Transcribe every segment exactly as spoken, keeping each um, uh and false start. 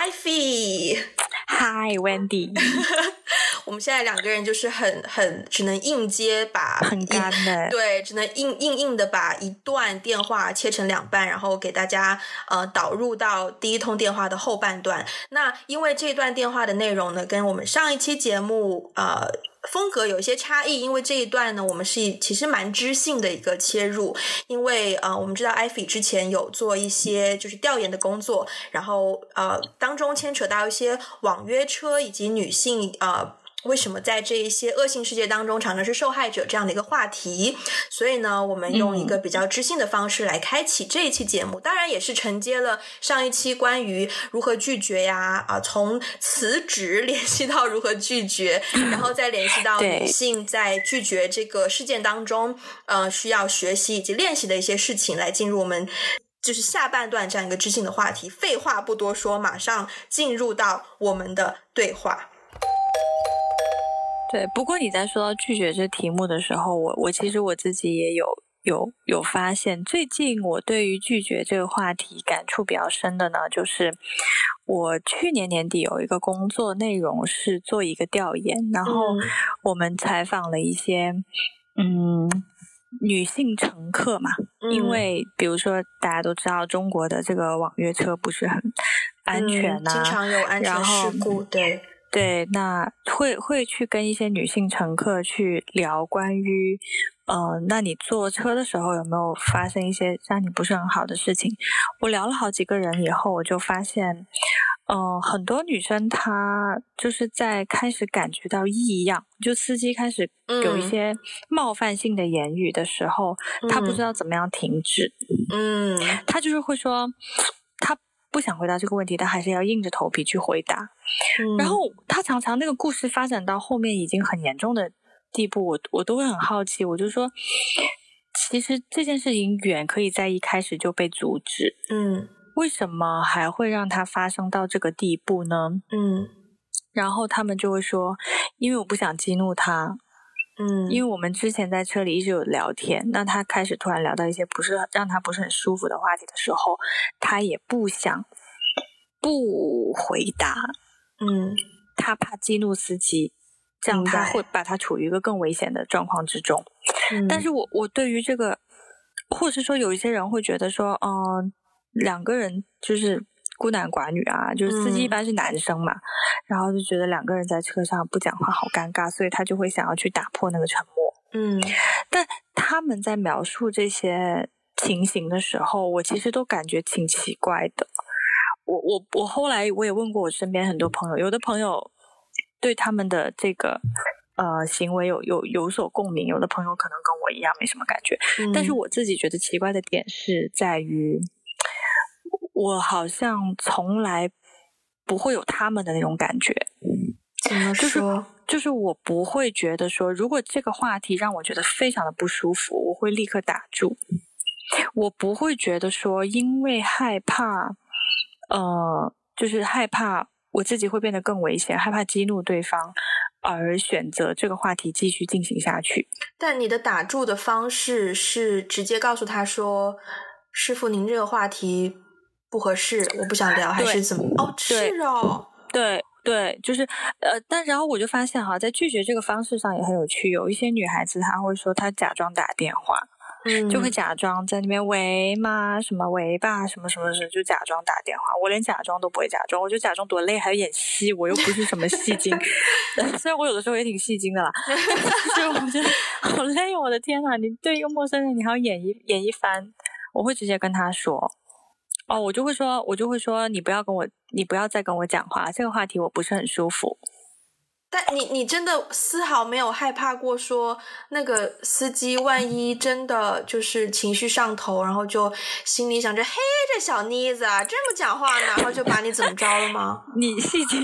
Ivy。Hi Wendy。 我们现在两个人就是很很只能硬接把很干的， 对，只能硬硬硬的把一段电话切成两半，然后给大家呃导入到第一通电话的后半段。那因为这段电话的内容呢，跟我们上一期节目呃风格有一些差异，因为这一段呢，我们是其实蛮知性的一个切入，因为呃，我们知道 Ivy 之前有做一些就是调研的工作，然后呃，当中牵扯到一些网约车以及女性呃。为什么在这一些恶性世界当中常常是受害者这样的一个话题，所以呢我们用一个比较知性的方式来开启这一期节目、嗯、当然也是承接了上一期关于如何拒绝呀啊，从辞职联系到如何拒绝，然后再联系到女性在拒绝这个事件当中呃需要学习以及练习的一些事情，来进入我们就是下半段这样一个知性的话题。废话不多说，马上进入到我们的对话。 对，不过你在说到拒绝这题目的时候，我我其实我自己也有有有发现，最近我对于拒绝这个话题感触比较深的呢，就是我去年年底有一个工作内容是做一个调研，然后我们采访了一些嗯女性乘客嘛、嗯、因为比如说大家都知道中国的这个网约车不是很安全啊、嗯、 经常有安全事故，对对，那会会去跟一些女性乘客去聊关于呃，那你坐车的时候有没有发生一些让你不是很好的事情。我聊了好几个人以后，我就发现呃，很多女生她就是在开始感觉到异样，就司机开始有一些冒犯性的言语的时候、嗯、她不知道怎么样停止。嗯，她就是会说她不想回答这个问题，但还是要硬着头皮去回答、嗯、然后他常常那个故事发展到后面已经很严重的地步，我我都会很好奇，我就说其实这件事情远可以在一开始就被阻止，嗯，为什么还会让它发生到这个地步呢？嗯，然后他们就会说因为我不想激怒他，嗯，因为我们之前在车里一直有聊天，那他开始突然聊到一些不是让他不是很舒服的话题的时候，他也不想不回答，嗯，他怕激怒司机，这样他会把他处于一个更危险的状况之中。嗯，但是我我对于这个，或者是说有一些人会觉得说，嗯、呃，两个人就是孤男寡女啊，就是司机一般是男生嘛、嗯，然后就觉得两个人在车上不讲话好尴尬，所以他就会想要去打破那个沉默。嗯，但他们在描述这些情形的时候，我其实都感觉挺奇怪的。我我我后来我也问过我身边很多朋友，有的朋友对他们的这个呃行为有有有所共鸣，有的朋友可能跟我一样没什么感觉、嗯、但是我自己觉得奇怪的点是在于我好像从来不会有他们的那种感觉。 怎么说？ 就是就是我不会觉得说如果这个话题让我觉得非常的不舒服，我会立刻打住。我不会觉得说因为害怕呃，就是害怕我自己会变得更危险，害怕激怒对方而选择这个话题继续进行下去。 但你的打住的方式是直接告诉他说师傅您这个话题不合适，我不想聊，还是怎么？哦，是哦， 对对，就是呃，但然后我就发现哈，在拒绝这个方式上也很有趣。有一些女孩子她会说她假装打电话，嗯，就会假装在那边喂妈什么喂爸什么什么什，就假装打电话。我连假装都不会假装，我就假装多累，还要演戏，我又不是什么戏精。虽然我有的时候也挺戏精的啦，所以我觉得好累，我的天哪！你对一个陌生人，你还要演一演一番，我会直接跟他说。哦，我就会说，我就会说，你不要跟我，你不要再跟我讲话，这个话题我不是很舒服。 但你你真的丝毫没有害怕过说那个司机万一真的就是情绪上头，然后就心里想着嘿这小妮子啊这么讲话呢，然后就把你怎么着了吗？ 你戏精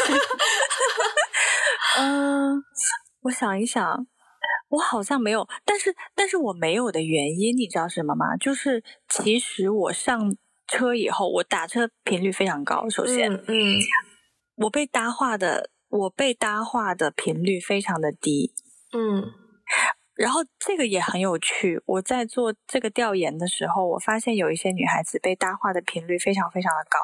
嗯，我想一想，我好像没有，但是但是我没有的原因你知道什么吗？就是其实我上车以后，我打车频率非常高。首先，嗯，嗯我被搭话的，我被搭话的频率非常的低，嗯。然后这个也很有趣，我在做这个调研的时候，我发现有一些女孩子被搭话的频率非常非常的高。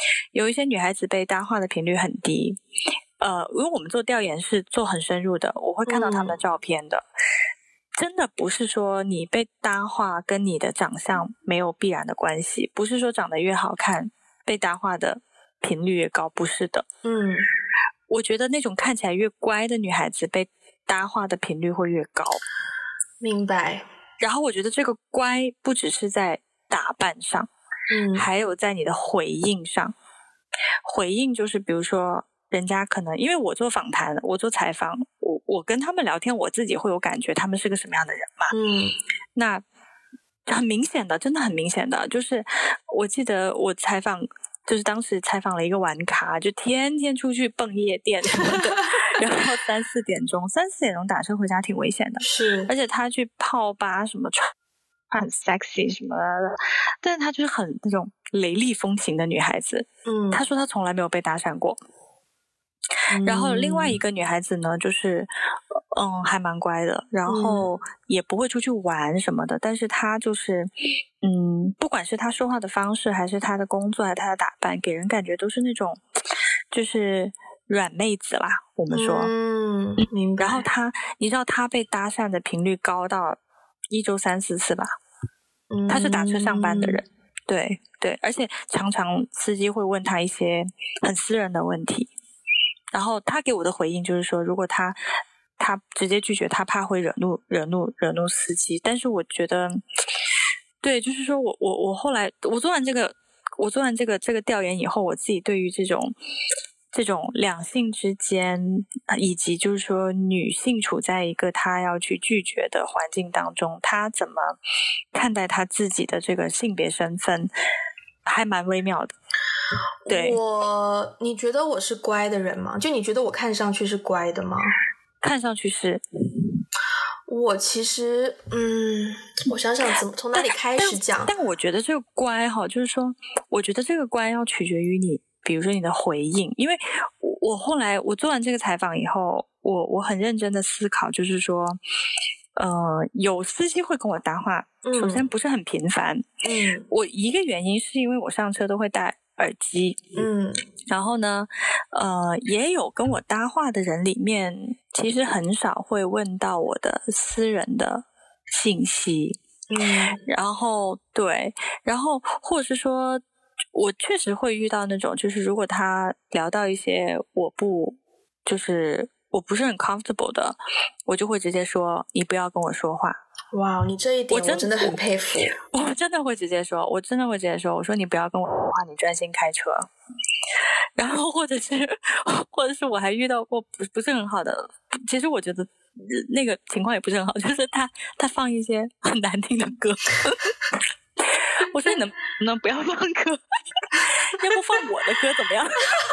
有一些女孩子被搭话的频率很低。呃，因为我们做调研是做很深入的，我会看到他们的照片的。嗯，真的不是说你被搭话跟你的长相没有必然的关系，不是说长得越好看被搭话的频率越高，不是的。 嗯， 我觉得那种看起来越乖的女孩子被搭话的频率会越高。 明白。 然后我觉得这个乖不只是在打扮上， 嗯， 还有在你的回应上。回应就是比如说人家可能因为我做访谈我做采访，我我跟他们聊天，我自己会有感觉他们是个什么样的人嘛。 嗯， 那很明显的，真的很明显的，就是我记得我采访就是当时采访了一个玩咖，就天天出去蹦夜店什么的然后三四点钟三四点钟打车回家挺危险的， 是， 而且他去泡吧什么穿很 sexy 什么的，但是他就是很那种雷厉风行的女孩子。 嗯， 他说他从来没有被搭讪过。 嗯， 然后另外一个女孩子呢，就是嗯还蛮乖的，然后也不会出去玩什么的，嗯，但是她就是嗯不管是她说话的方式还是她的工作还是她的打扮，给人感觉都是那种就是软妹子啦，我们说。 嗯，明白。 然后她你知道她被搭讪的频率高到一周三四次吧。 嗯， 她是打车上班的人。对对，而且常常司机会问她一些很私人的问题，然后他给我的回应就是说，如果他他直接拒绝，他怕会惹怒惹怒惹怒司机。但是我觉得，对，就是说我我我后来我做完这个我做完这个这个调研以后，我自己对于这种这种两性之间，以及就是说女性处在一个她要去拒绝的环境当中，她怎么看待她自己的这个性别身份，还蛮微妙的。对， 我，你觉得我是乖的人吗？就你觉得我看上去是乖的吗？ 看上去是。 我其实，嗯，我想想怎么从哪里开始讲。 但, 但, 但我觉得这个乖哈，就是说，我觉得这个乖要取决于你，比如说你的回应。因为我我后来我做完这个采访以后，我我很认真的思考，就是说，呃，有司机会跟我搭话， 嗯， 首先不是很频繁。 嗯， 我一个原因是因为我上车都会戴耳机。 嗯， 然后呢，呃，也有跟我搭话的人里面，其实很少会问到我的私人的信息。 嗯， 然后对，然后或者是说，我确实会遇到那种，就是如果他聊到一些我不就是我不是很 comfortable 的，我就会直接说你不要跟我说话。 哇，你这一点我真的很佩服。 我, 我真的会直接说，我真的会直接说，我说你不要跟我说话，你专心开车。然后或者是或者是我还遇到过不不是很好的，其实我觉得那个情况也不是很好，就是他他放一些很难听的歌。我说你能能不要放歌，要不放我的歌怎么样？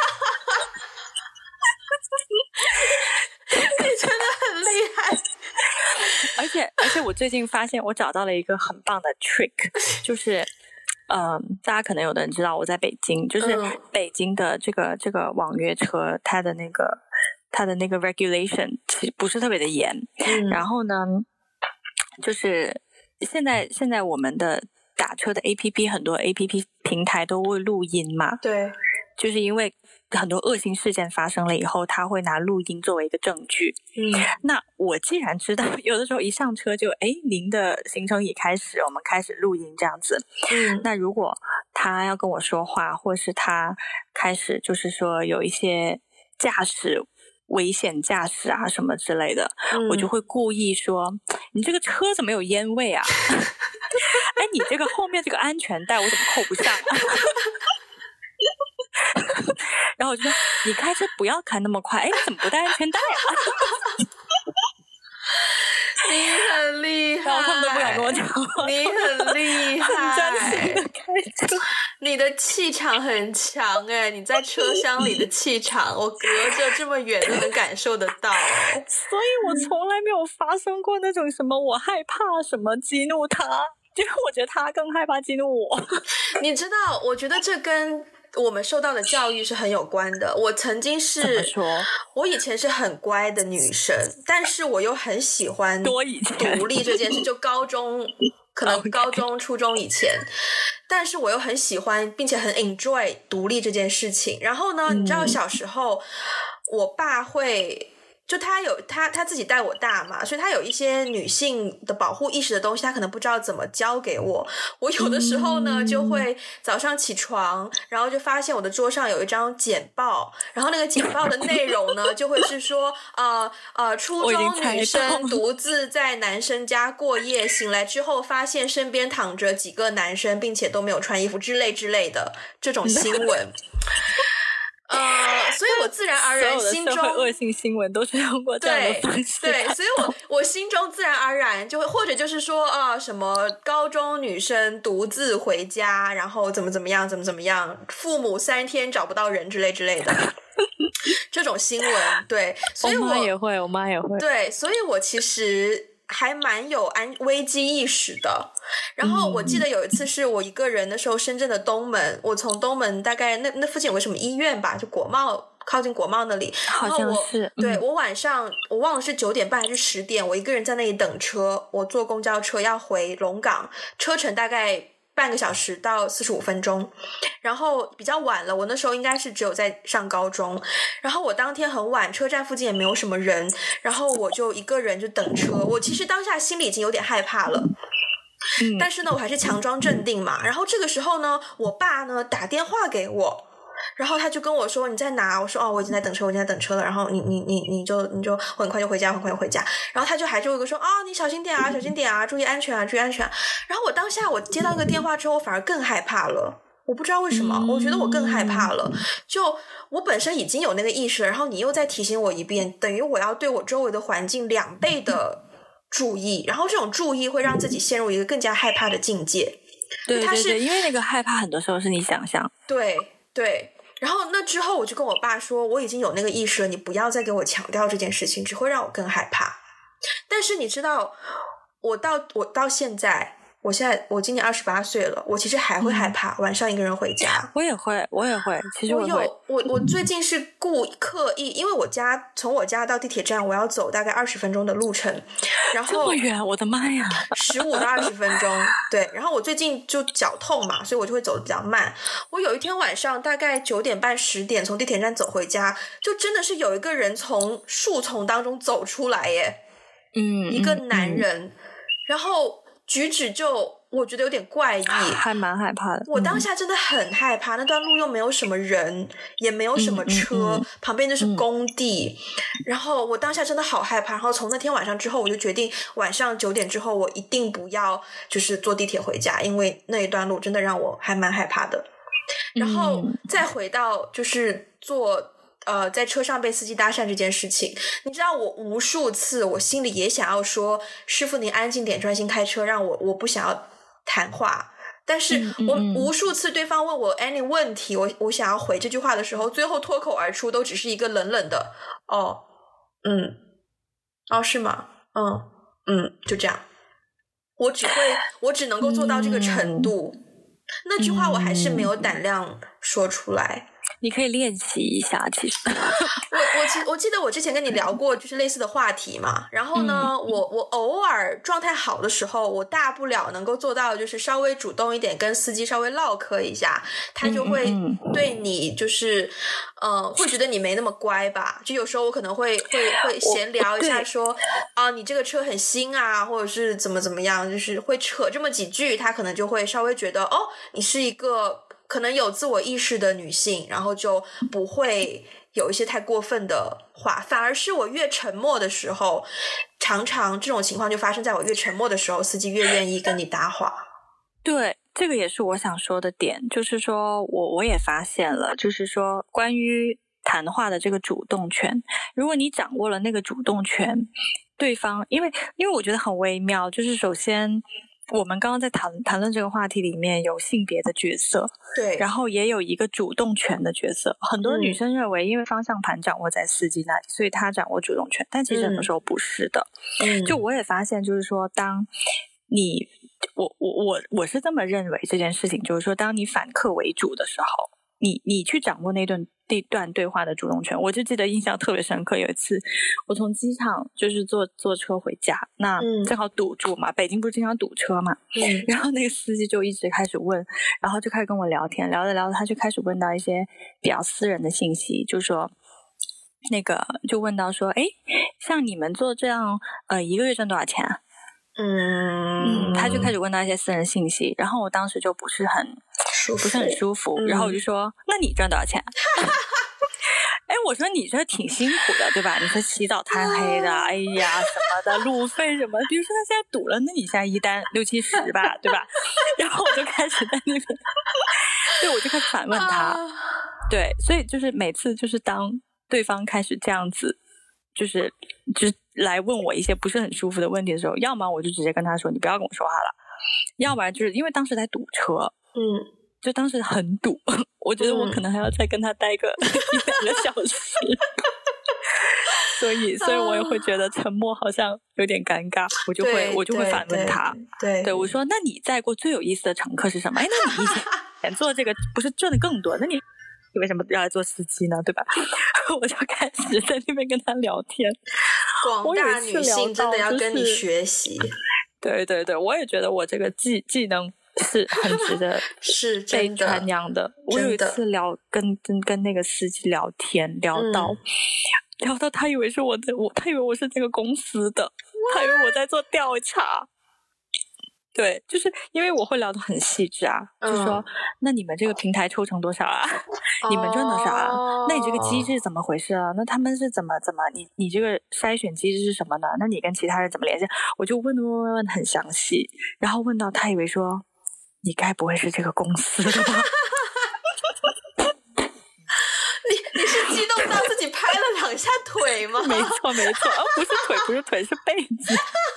你真的很厉害。 而且而且我最近发现我找到了一个很棒的 trick， 就是呃，大家可能有的人知道我在北京，就是北京的这个这个网约车，它的那个它的那个 regulation 其实不是特别的严。 嗯， 然后呢，就是现在现在我们的打车的 A P P 很多 A P P 平台都会录音嘛。 对， 就是因为很多恶性事件发生了以后，他会拿录音作为一个证据。 嗯， 那我既然知道，有的时候一上车就，哎，您的行程已开始，我们开始录音这样子。 嗯， 那如果他要跟我说话，或是他开始就是说有一些驾驶危险驾驶啊什么之类的，嗯，我就会故意说，你这个车怎么有烟味啊？哎，你这个后面这个安全带我怎么扣不上啊？然后我就说，你开车不要开那么快，哎，你怎么不戴安全带啊？ 你很厉害， 然后他们都不敢跟我讲话。 你很厉害， 很专心的开车。 你的气场很强哎，你在车厢里的气场，我隔着这么远都能感受得到。 所以我从来没有发生过那种什么我害怕什么激怒他，因为我觉得他更害怕激怒我。 你知道，我觉得这跟我们受到的教育是很有关的。我曾经是，我以前是很乖的女生，但是我又很喜欢多以前独立这件事。就高中可能高中、初中以前，但是我又很喜欢并且很 enjoy 独立这件事情。然后呢，你知道小时候我爸会。就他有他他自己带我大嘛，所以他有一些女性的保护意识的东西，他可能不知道怎么教给我。我有的时候呢，就会早上起床，然后就发现我的桌上有一张简报，然后那个简报的内容呢，就会是说，呃呃，初中女生独自在男生家过夜，醒来之后发现身边躺着几个男生，并且都没有穿衣服之类之类的这种新闻。呃，所以我自然而然心中所有的社会恶性新闻都是通过这样的方式。 对，对，所以我我心中自然而然就会，或者就是说啊、呃，什么高中女生独自回家，然后怎么怎么样，怎么怎么样，父母三天找不到人之类之类的这种新闻。对，所以我我妈也会，我妈也会。 对，所以我其实还蛮有安危机意识的。然后我记得有一次是我一个人的时候，深圳的东门，我从东门大概那那附近有个什么医院吧，就国贸，靠近国贸那里。 好像是。 然后我对、嗯、我晚上我忘了是九点半还是十点，我一个人在那里等车，我坐公交车要回龙岗，车程大概半个小时到四十五分钟，然后比较晚了，我那时候应该是只有在上高中，然后我当天很晚，车站附近也没有什么人，然后我就一个人就等车，我其实当下心里已经有点害怕了。 嗯， 但是呢我还是强装镇定嘛。然后这个时候呢，我爸呢打电话给我，然后他就跟我说你在哪？我说哦，我已经在等车，我已经在等车了。然后你你你你就你就很快就回家，很快就回家。然后他就还就一个说啊、哦，你小心点啊，小心点啊，注意安全啊，注意安全啊。然后我当下我接到这个电话之后，我反而更害怕了。我不知道为什么，我觉得我更害怕了。就我本身已经有那个意识了，然后你又再提醒我一遍，等于我要对我周围的环境两倍的注意，然后这种注意会让自己陷入一个更加害怕的境界。 对对对，因为那个害怕很多时候是你想象。 对对。然后那之后我就跟我爸说，我已经有那个意识了，你不要再给我强调这件事情，只会让我更害怕。但是你知道，我到我到现在，我现在我今年二十八岁了，我其实还会害怕、嗯、晚上一个人回家。 我也会，我也会，其实我会。 我有我我最近是故刻意，因为我家从我家到地铁站我要走大概二十分钟的路程，然后这么远，我的妈呀， 十五到二十分钟，对。然后我最近就脚痛嘛，所以我就会走得比较慢。我有一天晚上大概九点半十点从地铁站走回家，就真的是有一个人从树丛当中走出来耶， 嗯， 一个男人，嗯、然后举止就我觉得有点怪异， 还蛮害怕的。 我当下真的很害怕，嗯、那段路又没有什么人，也没有什么车，嗯嗯嗯、旁边就是工地，嗯、然后我当下真的好害怕。然后从那天晚上之后，我就决定晚上九点之后我一定不要就是坐地铁回家，因为那一段路真的让我还蛮害怕的。然后再回到就是坐呃，在车上被司机搭讪这件事情，你知道我无数次我心里也想要说师傅您安静点专心开车，让我我不想要谈话，但是我无数次对方问我 any 问题，我我想要回这句话的时候，最后脱口而出都只是一个冷冷的哦嗯哦是吗嗯嗯就这样，我只会我只能够做到这个程度，嗯、那句话我还是没有胆量说出来。 你可以练习一下，其实我我记我记得我之前跟你聊过就是类似的话题嘛，然后呢、嗯、我我偶尔状态好的时候，我大不了能够做到就是稍微主动一点跟司机稍微唠嗑一下，他就会对你就是嗯、呃、会觉得你没那么乖吧，就有时候我可能会会会闲聊一下说啊你这个车很新啊，或者是怎么怎么样，就是会扯这么几句，他可能就会稍微觉得哦你是一个可能有自我意识的女性，然后就不会有一些太过分的话，反而是我越沉默的时候，常常这种情况就发生在我越沉默的时候，司机越愿意跟你搭话。 对，这个也是我想说的点，就是说我我也发现了，就是说关于谈话的这个主动权，如果你掌握了那个主动权，对方因为因为我觉得很微妙，就是首先我们刚刚在谈谈论这个话题里面有性别的角色， 对， 然后也有一个主动权的角色。很多女生认为因为方向盘掌握在司机那里，所以她掌握主动权，但其实很多时候不是的。嗯，就我也发现就是说当你我我我我是这么认为这件事情，就是说当你反客为主的时候，你你去掌握那段第段对话的主动权。我就记得印象特别深刻，有一次我从机场就是坐坐车回家，那正好堵住嘛、嗯、北京不是经常堵车嘛、嗯、然后那个司机就一直开始问，然后就开始跟我聊天，聊着聊着他就开始问到一些比较私人的信息，就说那个就问到说，诶，像你们做这样呃一个月挣多少钱啊？嗯，他就开始问到一些私人信息，然后我当时就不是很舒服， 不是很舒服，嗯、然后我就说，那你赚多少钱？哎，我说你这挺辛苦的，对吧？你说起早贪黑的，哎呀什么的，路费什么，比如说他现在堵了，那你现在一单六七十吧，对吧？然后我就开始在那边，对，我就开始反问他，对，所以就是每次就是当对方开始这样子，就是就是来问我一些不是很舒服的问题的时候，要么我就直接跟他说你不要跟我说话了，要不然就是因为当时在堵车， 嗯， 就当时很堵，我觉得我可能还要再跟他待个一两个小时，所以所以我也会觉得沉默好像有点尴尬，我就会我就会反问他， 对 对, 对我说，那你载过最有意思的乘客是什么？哎，那你以前做这个不是挣的更多？那你你为什么要来做司机呢？对吧？我就开始在那边跟他聊天。 广大女性真的要跟你学习。 对对对，我也觉得我这个技技能是很值得是被传扬的。我有一次聊跟跟跟那个司机聊天，聊到、嗯、聊到他以为是我的，我他以为我是这个公司的，他以为我在做调查。对，就是因为我会聊得很细致啊，嗯、就说那你们这个平台抽成多少啊？你们赚多少啊？哦、那你这个机制怎么回事啊？那他们是怎么怎么你你这个筛选机制是什么呢？那你跟其他人怎么联系？我就问问问问很详细，然后问到他以为说你该不会是这个公司的吧？ 你你是激动到自己拍了两下腿吗？ 没错没错，哦，不是腿不是腿是被子。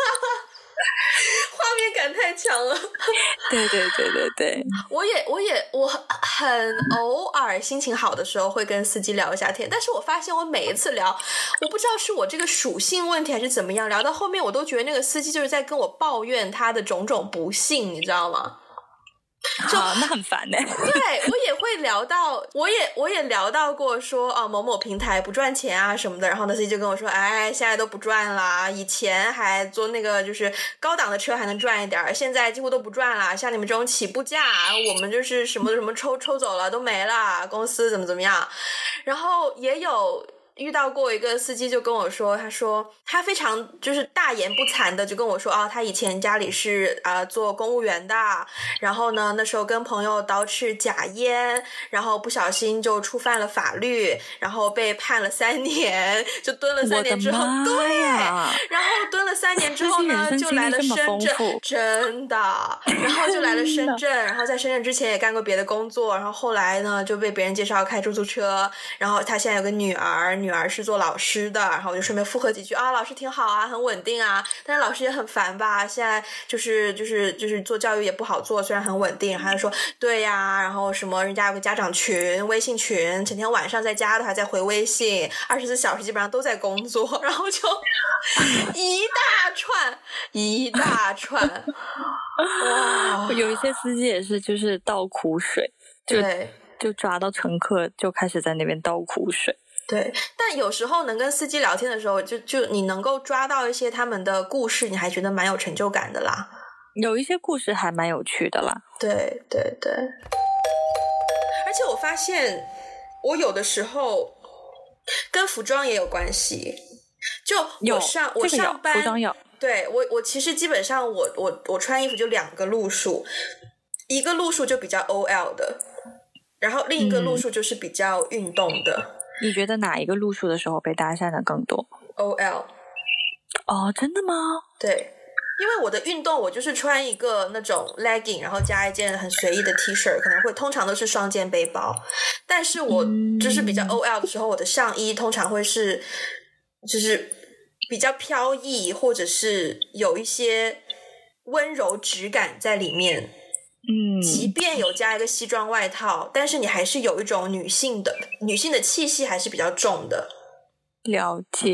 画面感太强了。 对对对对对， 我也我也我很偶尔心情好的时候会跟司机聊一下天，但是我发现我每一次聊，我不知道是我这个属性问题还是怎么样，聊到后面我都觉得那个司机就是在跟我抱怨他的种种不幸，你知道吗？ 好，那很烦呢、欸。 对，我也会聊到，我也我也聊到过说哦某某平台不赚钱啊什么的，然后呢司机就跟我说，哎，现在都不赚啦，以前还坐那个就是高档的车还能赚一点，现在几乎都不赚啦，像你们这种起步价，我们就是什么什么抽抽走了都没了，公司怎么怎么样，然后也有。遇到过一个司机就跟我说，他说他非常就是大言不惭的就跟我说啊、哦，他以前家里是啊、呃、做公务员的，然后呢那时候跟朋友捯饬假烟，然后不小心就触犯了法律，然后被判了三年，就蹲了三年之后，对，然后蹲了三年之后呢就来了深圳，真的，然后就来了深圳，然后在深圳之前也干过别的工作，然后后来呢就被别人介绍开出租车，然后他现在有个女儿。女儿是做老师的，然后我就顺便附和几句啊，老师挺好啊，很稳定啊，但是老师也很烦吧，现在就是就是就是做教育也不好做，虽然很稳定，他就说对呀，然后什么人家有个家长群微信群，整天晚上在家都还在回微信，二十四小时基本上都在工作，然后就一大串一大串哇， 有一些司机也是就是倒苦水，就对， 就抓到乘客就开始在那边倒苦水。 对，但有时候能跟司机聊天的时候，就就你能够抓到一些他们的故事，你还觉得蛮有成就感的啦。 有一些故事还蛮有趣的啦。 对对对，而且我发现，我有的时候跟服装也有关系。就我上我上班， 服装有。 对我我其实基本上我我我穿衣服就两个路数，一个路数就比较 O L 的，然后另一个路数就是比较运动的。嗯， 你觉得哪一个路数的时候被搭讪的更多 ？O L。 哦，真的吗？ 对，因为我的运动我就是穿一个那种 legging， 然后加一件很随意的 T 恤，可能会通常都是双肩背包，但是我就是比较 O L 的时候，我的上衣通常会是就是比较飘逸，或者是有一些温柔质感在里面。 嗯， 即便有加一个西装外套，但是你还是有一种女性的女性的气息还是比较重的。 了解。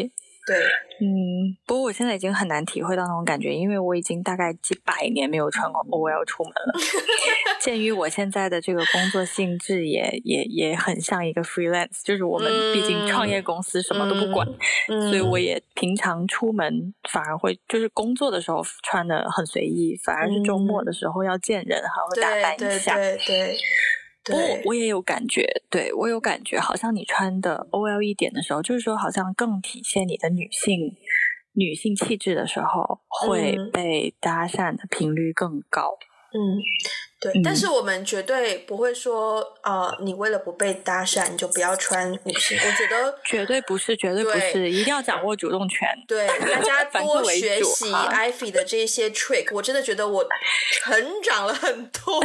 对， 嗯，不过我现在已经很难体会到那种感觉，因为我已经大概几百年没有穿过 O L 出门了。鉴于我现在的这个工作性质也也也很像一个 freelance， 就是我们毕竟创业公司什么都不管，嗯、所以我也平常出门反而会就是工作的时候穿的很随意，反而是周末的时候要见人还会打扮一下。 对对对对。 不过我也有感觉，对我有感觉，好像你穿的 O L 一点的时候，就是说好像更体现你的女性女性气质的时候，会被搭讪的频率更高。 嗯，对、嗯，但是我们绝对不会说，呃，你为了不被搭讪，你就不要穿女性。我觉得绝对不是，绝对不是，一定要掌握主动权。 对，大家多学习 Ivy 的这些 trick， 我真的觉得我成长了很多。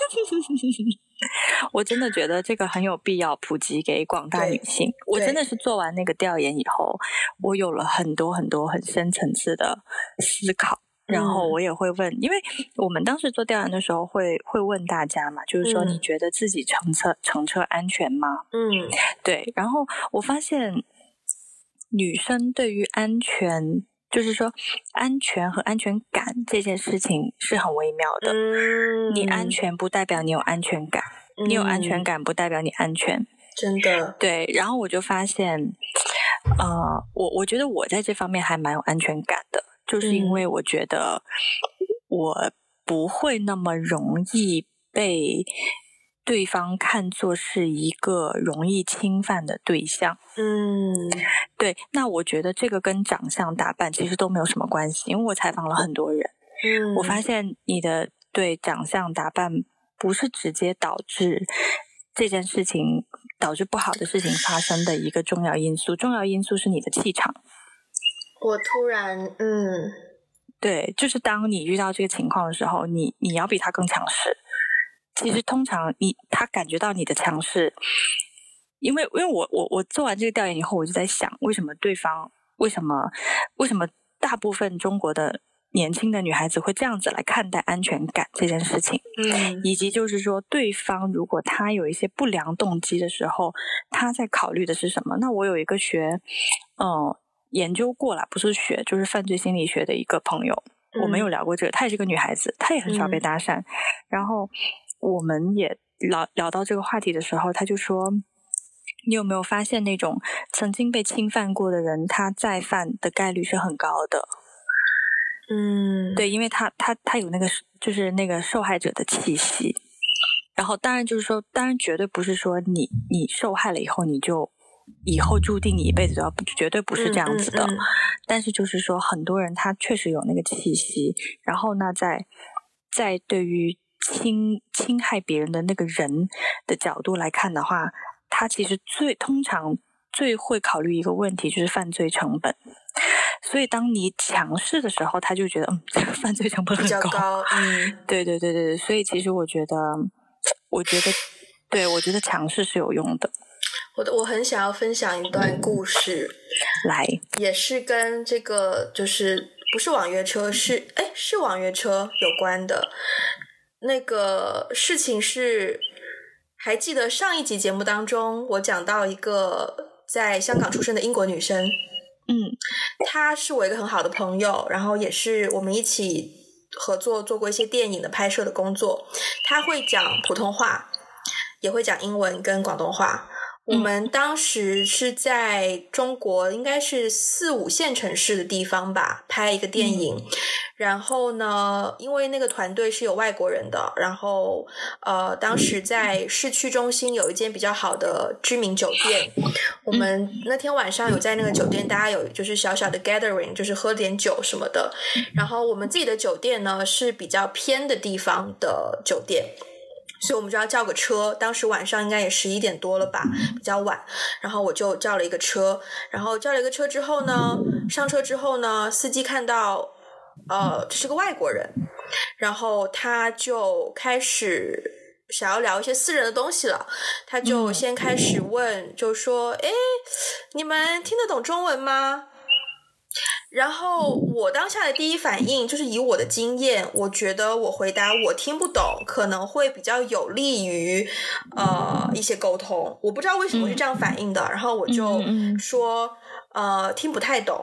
我真的觉得这个很有必要普及给广大女性。我真的是做完那个调研以后，我有了很多很多很深层次的思考。然后我也会问、嗯、因为我们当时做调研的时候会会问大家嘛，就是说你觉得自己乘车乘车安全吗？嗯，对。然后我发现女生对于安全，就是说安全和安全感这件事情是很微妙的。嗯，你安全不代表你有安全感、嗯、你有安全感不代表你安全。 真的。 对，然后我就发现呃，我我觉得我在这方面还蛮有安全感的，就是因为我觉得我不会那么容易被对方看作是一个容易侵犯的对象。嗯，对，那我觉得这个跟长相打扮其实都没有什么关系，因为我采访了很多人，嗯，我发现你的对长相打扮不是直接导致这件事情导致不好的事情发生的一个重要因素，重要因素是你的气场。 我突然嗯， 对，就是当你遇到这个情况的时候，你你要比他更强势。其实通常你他感觉到你的强势，因为因为我我我做完这个调研以后，我就在想，为什么对方为什么为什么大部分中国的年轻的女孩子会这样子来看待安全感这件事情，嗯，以及就是说对方如果他有一些不良动机的时候，他在考虑的是什么？那我有一个学嗯。研究过了，不是学，就是犯罪心理学的一个朋友，我们有聊过这个，她也是个女孩子，她也很少被搭讪、嗯、然后我们也聊聊到这个话题的时候，她就说，你有没有发现那种曾经被侵犯过的人，他再犯的概率是很高的。嗯，对，因为他他他有那个就是那个受害者的气息，然后当然就是说，当然绝对不是说你你受害了以后你就以后注定你一辈子都要，绝对不是这样子的、嗯嗯嗯、但是就是说很多人他确实有那个气息，然后呢在在对于侵侵害别人的那个人的角度来看的话，他其实最通常最会考虑一个问题，就是犯罪成本。所以当你强势的时候，他就觉得嗯，这个犯罪成本很高， 比较高。嗯， 对对对对，所以其实我觉得我觉得对我觉得强势是有用的。 我的我很想要分享一段故事， 来， 也是跟这个就是不是网约车，是哎是网约车有关的。那个事情是，还记得上一集节目当中我讲到一个在香港出生的英国女生，嗯，她是我一个很好的朋友，然后也是我们一起合作做过一些电影的拍摄的工作。她会讲普通话，也会讲英文跟广东话。我们当时是在中国应该是四五线城市的地方吧拍一个电影、嗯、然后呢因为那个团队是有外国人的，然后呃，当时在市区中心有一间比较好的知名酒店，我们那天晚上有在那个酒店大家有就是小小的 gathering， 就是喝点酒什么的，然后我们自己的酒店呢是比较偏的地方的酒店，所以我们就要叫个车，当时晚上应该也十一点多了吧，比较晚，然后我就叫了一个车，然后叫了一个车之后呢，上车之后呢，司机看到呃这是个外国人，然后他就开始想要聊一些私人的东西了，他就先开始问，就说诶你们听得懂中文吗？然后我当下的第一反应就是以我的经验，我觉得我回答我听不懂可能会比较有利于呃一些沟通，我不知道为什么是这样反应的、嗯、然后我就说、嗯、呃听不太懂，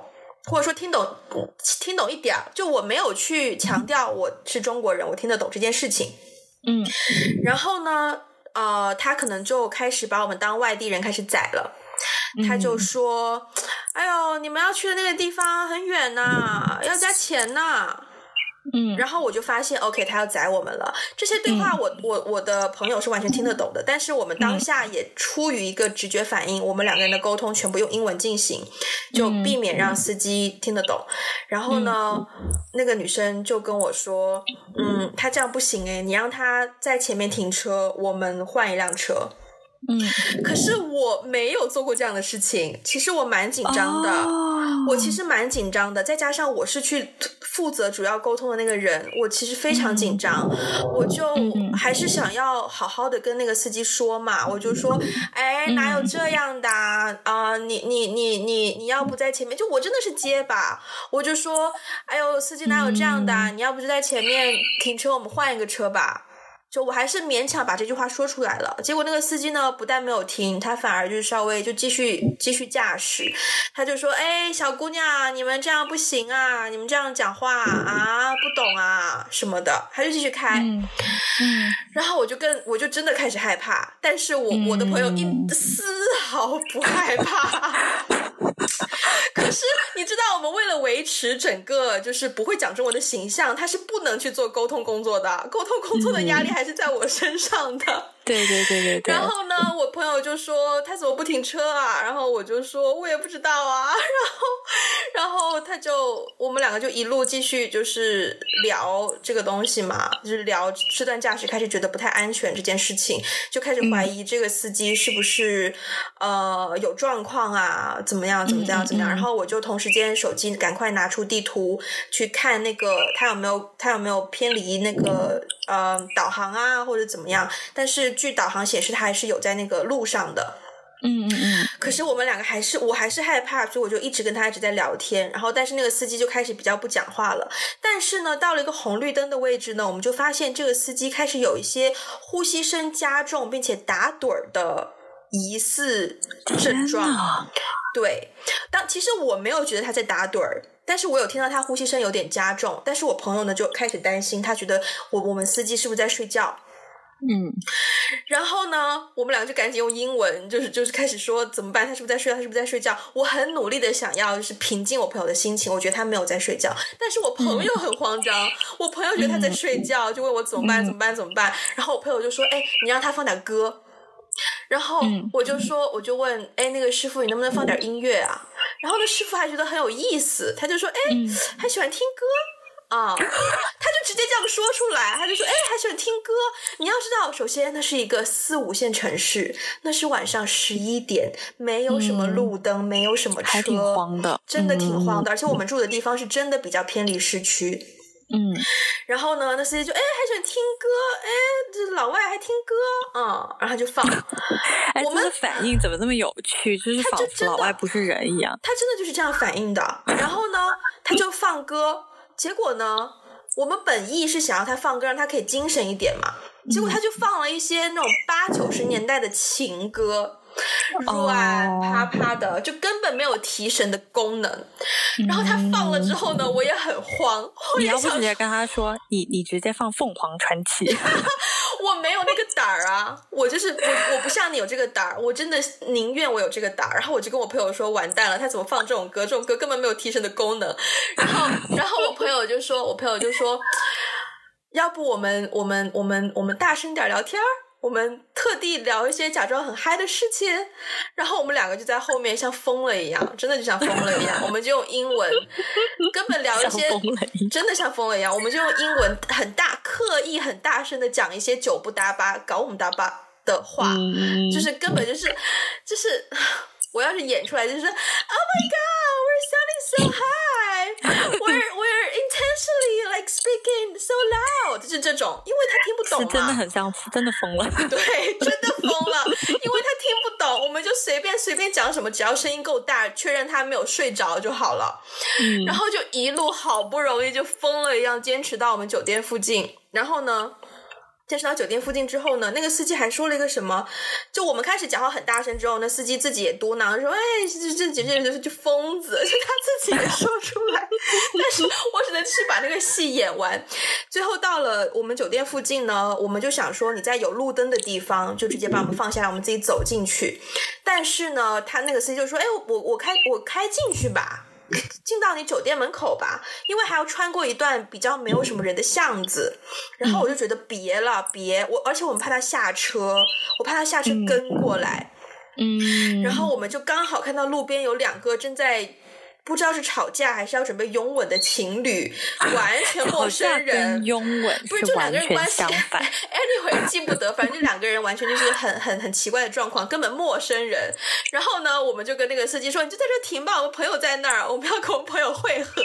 或者说听懂听懂一点，就我没有去强调我是中国人，我听得懂这件事情。 嗯， 然后呢，呃，他可能就开始把我们当外地人开始宰了。他就说：“哎呦，你们要去的那个地方很远呐，要加钱呐。” 嗯， 然后我就发现 OK 他要宰我们了。这些对话我、嗯、我我的朋友是完全听得懂的，但是我们当下也出于一个直觉反应、嗯、我们两个人的沟通全部用英文进行，就避免让司机听得懂、嗯、然后呢、嗯、那个女生就跟我说嗯，他这样不行诶，你让他在前面停车，我们换一辆车。嗯，可是我没有做过这样的事情，其实我蛮紧张的、哦、我其实蛮紧张的，再加上我是去负责主要沟通的那个人，我其实非常紧张、嗯、我就还是想要好好的跟那个司机说嘛，我就说哎，哪有这样的啊、呃、你你你你你要不在前面，就我真的是结巴，我就说哎呦司机哪有这样的、啊嗯、你要不就在前面停车，我们换一个车吧，就我还是勉强把这句话说出来了。结果那个司机呢不但没有听，他反而就是稍微就继续继续驾驶，他就说哎，小姑娘你们这样不行啊，你们这样讲话啊不懂啊什么的，他就继续开。嗯嗯，然后我就跟我就真的开始害怕，但是我、嗯、我的朋友一丝毫不害怕可是你知道我们为了维持整个就是不会讲中文的形象，他是不能去做沟通工作的，沟通工作的压力还是在我身上的、嗯、 对对对对对。 然后呢我朋友就说他怎么不停车啊，然后我就说我也不知道啊，然后然后他就我们两个就一路继续就是聊这个东西嘛，就是聊这段驾驶开始觉得不太安全这件事情，就开始怀疑这个司机是不是、嗯、呃有状况啊，怎么样怎么样怎么样、嗯、然后我就同时间手机赶快拿出地图去看那个他有没有他有没有偏离那个呃导航啊或者怎么样，但是据导航显示他还是有在那个路上的。 嗯嗯嗯。 可是我们两个还是我还是害怕，所以我就一直跟他一直在聊天，然后但是那个司机就开始比较不讲话了。但是呢到了一个红绿灯的位置呢，我们就发现这个司机开始有一些呼吸声加重并且打盹的疑似症状。对，当其实我没有觉得他在打盹，但是我有听到他呼吸声有点加重，但是我朋友呢就开始担心，他觉得我我们司机是不是在睡觉。 嗯， 然后呢我们两个就赶紧用英文就是就是开始说怎么办，他是不是在睡觉他是不是在睡觉。我很努力的想要就是平静我朋友的心情，我觉得他没有在睡觉，但是我朋友很慌张、嗯、我朋友觉得他在睡觉、嗯、就问我怎么办怎么办怎么办。然后我朋友就说哎，你让他放点歌，然后我就说我就问哎，那个师傅你能不能放点音乐啊，然后那师傅还觉得很有意思，他就说哎，还喜欢听歌啊、嗯，他就直接这样说出来，他就说哎，还喜欢听歌。你要知道首先那是一个四五线城市，那是晚上十一点，没有什么路灯、嗯、没有什么车， 还挺荒的， 真的挺荒的、嗯、而且我们住的地方是真的比较偏离市区。 嗯， 然后呢那司机就哎还喜欢听歌，哎这老外还听歌，嗯，然后他就放哎，我们的反应怎么这么有趣，就是仿佛老外不是人一样， 他真的就是这样反应的。然后呢他就放歌，结果呢我们本意是想要他放歌让他可以精神一点嘛，结果他就放了一些那种八九十年代的情歌，软趴趴的、oh. 就根本没有提神的功能。然后他放了之后呢我也很慌， 你要不直接跟他说你你直接放凤凰传奇我没有那个胆儿啊，我就是我我不像你有这个胆儿，我真的宁愿我有这个胆儿。然后我就跟我朋友说完蛋了，他怎么放这种歌，这种歌根本没有提神的功能。然后然后我朋友就说我朋友就说要不我们我们我们我们大声点聊天，我们特地聊一些假装很嗨的事情。然后我们两个就在后面像疯了一样，真的就像疯了一样我们就用英文根本聊一些真的像疯了一样，我们就用英文很大刻意很大声的讲一些九不搭八搞我们搭八的话、嗯、就是根本就是就是我要是演出来就是 Oh my god we're sounding so high we're, we're intentionally like speaking so loud 就是这种，因为他听不懂嘛， 是真的很像真的疯了对真的疯了因为他听不懂，我们就随便随便讲什么，只要声音够大确认他没有睡着就好了、嗯、然后就一路好不容易就疯了一样坚持到我们酒店附近。然后呢健身到酒店附近之后呢，那个司机还说了一个什么，就我们开始讲话很大声之后，那司机自己也嘟囔说，哎，这这这这这就疯子，就他自己也说出来但是我只能去把那个戏演完。最后到了我们酒店附近呢，我们就想说你在有路灯的地方就直接把我们放下来，我们自己走进去。但是呢他那个司机就说，哎，我我开我开进去吧，进到你酒店门口吧，因为还要穿过一段比较没有什么人的巷子。然后我就觉得别了别我，而且我们怕他下车，我怕他下车跟过来。 嗯， 然后我们就刚好看到路边有两个正在不知道是吵架还是要准备拥吻的情侣，完全陌生人。 拥吻不是就两个人关系相反 anyway 记不得，反正就两个人完全就是很很很奇怪的状况，根本陌生人。然后呢我们就跟那个司机说，你就在这停吧，我们朋友在那儿，我们要跟我们朋友会合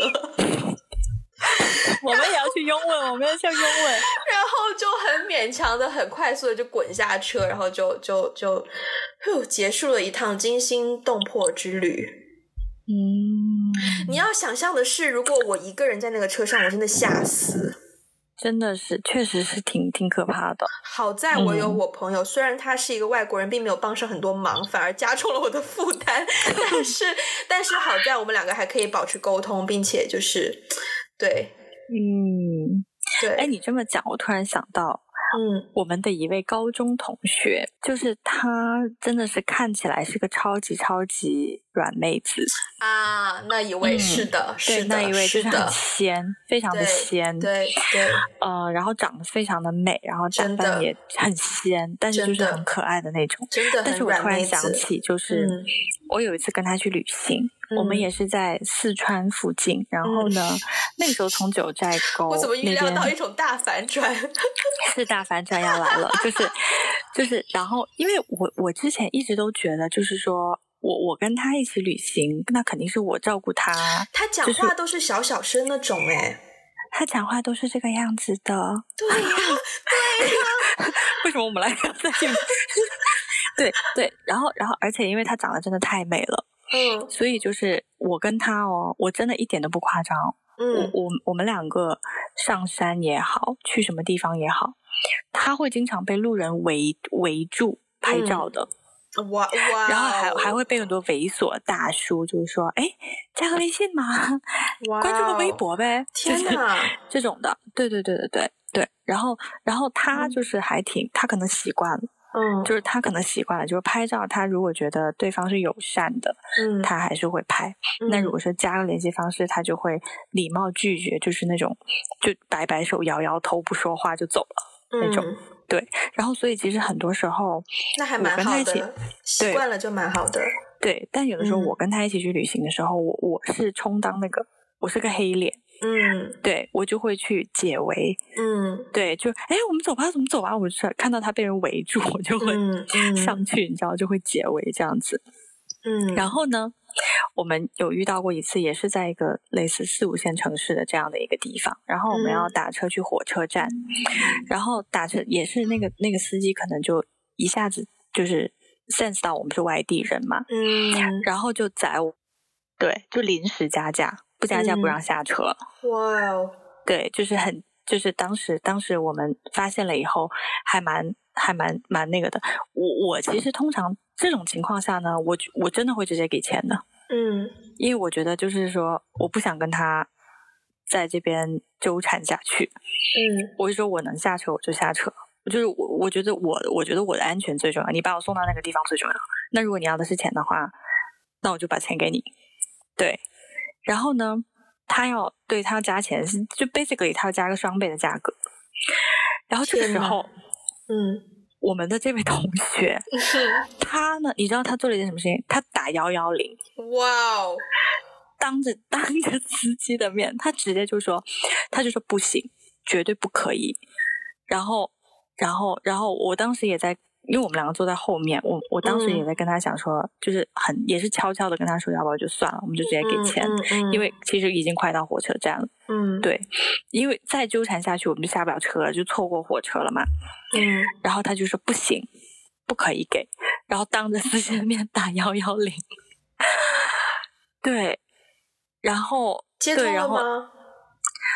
我们也要去拥吻，我们要去拥吻， 然后就很勉强的很快速的就滚下车，然后就就就就结束了一趟惊心动魄之旅。 嗯， 你要想象的是，如果我一个人在那个车上，我真的吓死， 真的是，确实是挺挺可怕的。 好在我有我朋友，嗯、虽然他是一个外国人，并没有帮上很多忙，反而加重了我的负担，但是但是好在我们两个还可以保持沟通，并且就是对， 嗯， 对。 哎，你这么讲，我突然想到。 嗯， 我们的一位高中同学，就是她真的是看起来是个超级超级软妹子啊，那一位是的， 嗯、 是的， 对，那一位就是很仙，非常的仙， 对对， 呃，然后长得非常的美，然后打扮也很仙，但是就是很可爱的那种， 真的。 但是我突然想起，就是、 嗯、 我有一次跟她去旅行。嗯、我们也是在四川附近，然后呢，嗯、那个时候从九寨沟， 我怎么预料到一种大反转？ 是大反转要来了，就是就是，然后因为我我之前一直都觉得，就是说我我跟他一起旅行，那肯定是我照顾他。 他讲话都是小小声那种、欸，哎， 他讲话都是这个样子的。 对呀、啊，对呀、 啊。为什么我们来聊在这里？对对，然后然后，而且因为他长得真的太美了。 嗯， 所以就是我跟他哦，我真的一点都不夸张。 嗯， 我我我们两个上山也好，去什么地方也好，他会经常被路人围围住拍照的。 嗯、哇哇！ 然后还还会被很多猥琐大叔就是说，哎，加个微信嘛，关注个微博呗。 天哪， 就是、这种的，对对对对对对。然后然后他就是还挺，嗯、他可能习惯了。 嗯， 就是他可能习惯了，就是拍照，他如果觉得对方是友善的， 嗯， 他还是会拍。嗯、那如果说加个联系方式，他就会礼貌拒绝，就是那种就摆摆手、摇摇头、不说话就走了、 嗯、 那种。对，然后所以其实很多时候， 那还蛮好的，习惯了就蛮好的。 对，但有的时候我跟他一起去旅行的时候，嗯、我我是充当那个，我是个黑脸。 嗯， 对，我就会去解围。 嗯， 对，就哎，我们走吧，怎么走吧？我就看到他被人围住，我就会上去，嗯嗯、你知道，就会解围这样子。 嗯， 然后呢，我们有遇到过一次，也是在一个类似四五线城市的这样的一个地方，然后我们要打车去火车站，嗯、然后打车也是那个那个司机可能就一下子就是 sense 到我们是外地人嘛， 嗯， 然后就载我，对，就临时加价。不加价不让下车。 哇哦！ 对，就是很，就是当时当时我们发现了以后，还蛮还蛮蛮那个的。我我其实通常这种情况下呢，我我真的会直接给钱的。 嗯， 因为我觉得就是说，我不想跟他在这边纠缠下去。 嗯， 我就说我能下车我就下车。就是我我觉得我我觉得我的安全最重要，你把我送到那个地方最重要。那如果你要的是钱的话，那我就把钱给你。对。然后呢，他要对他要加钱，就 basically 他要加个双倍的价格。然后这个时候， 嗯， 我们的这位同学，他呢，你知道他做了一件什么事情？他打幺幺零。 哇哦！ 当着当着司机的面，他直接就说，他就说不行，绝对不可以。然后，然后，然后我当时也在。因为我们两个坐在后面，我我当时也在跟他讲说，嗯、就是很也是悄悄的跟他说，要不要就算了，我们就直接给钱， 嗯嗯嗯、 因为其实已经快到火车站了。 嗯， 对，因为再纠缠下去我们就下不了车了，就错过火车了嘛。 嗯， 然后他就说不行，不可以给，然后当着司机的面打幺幺零。对，然后接通了吗？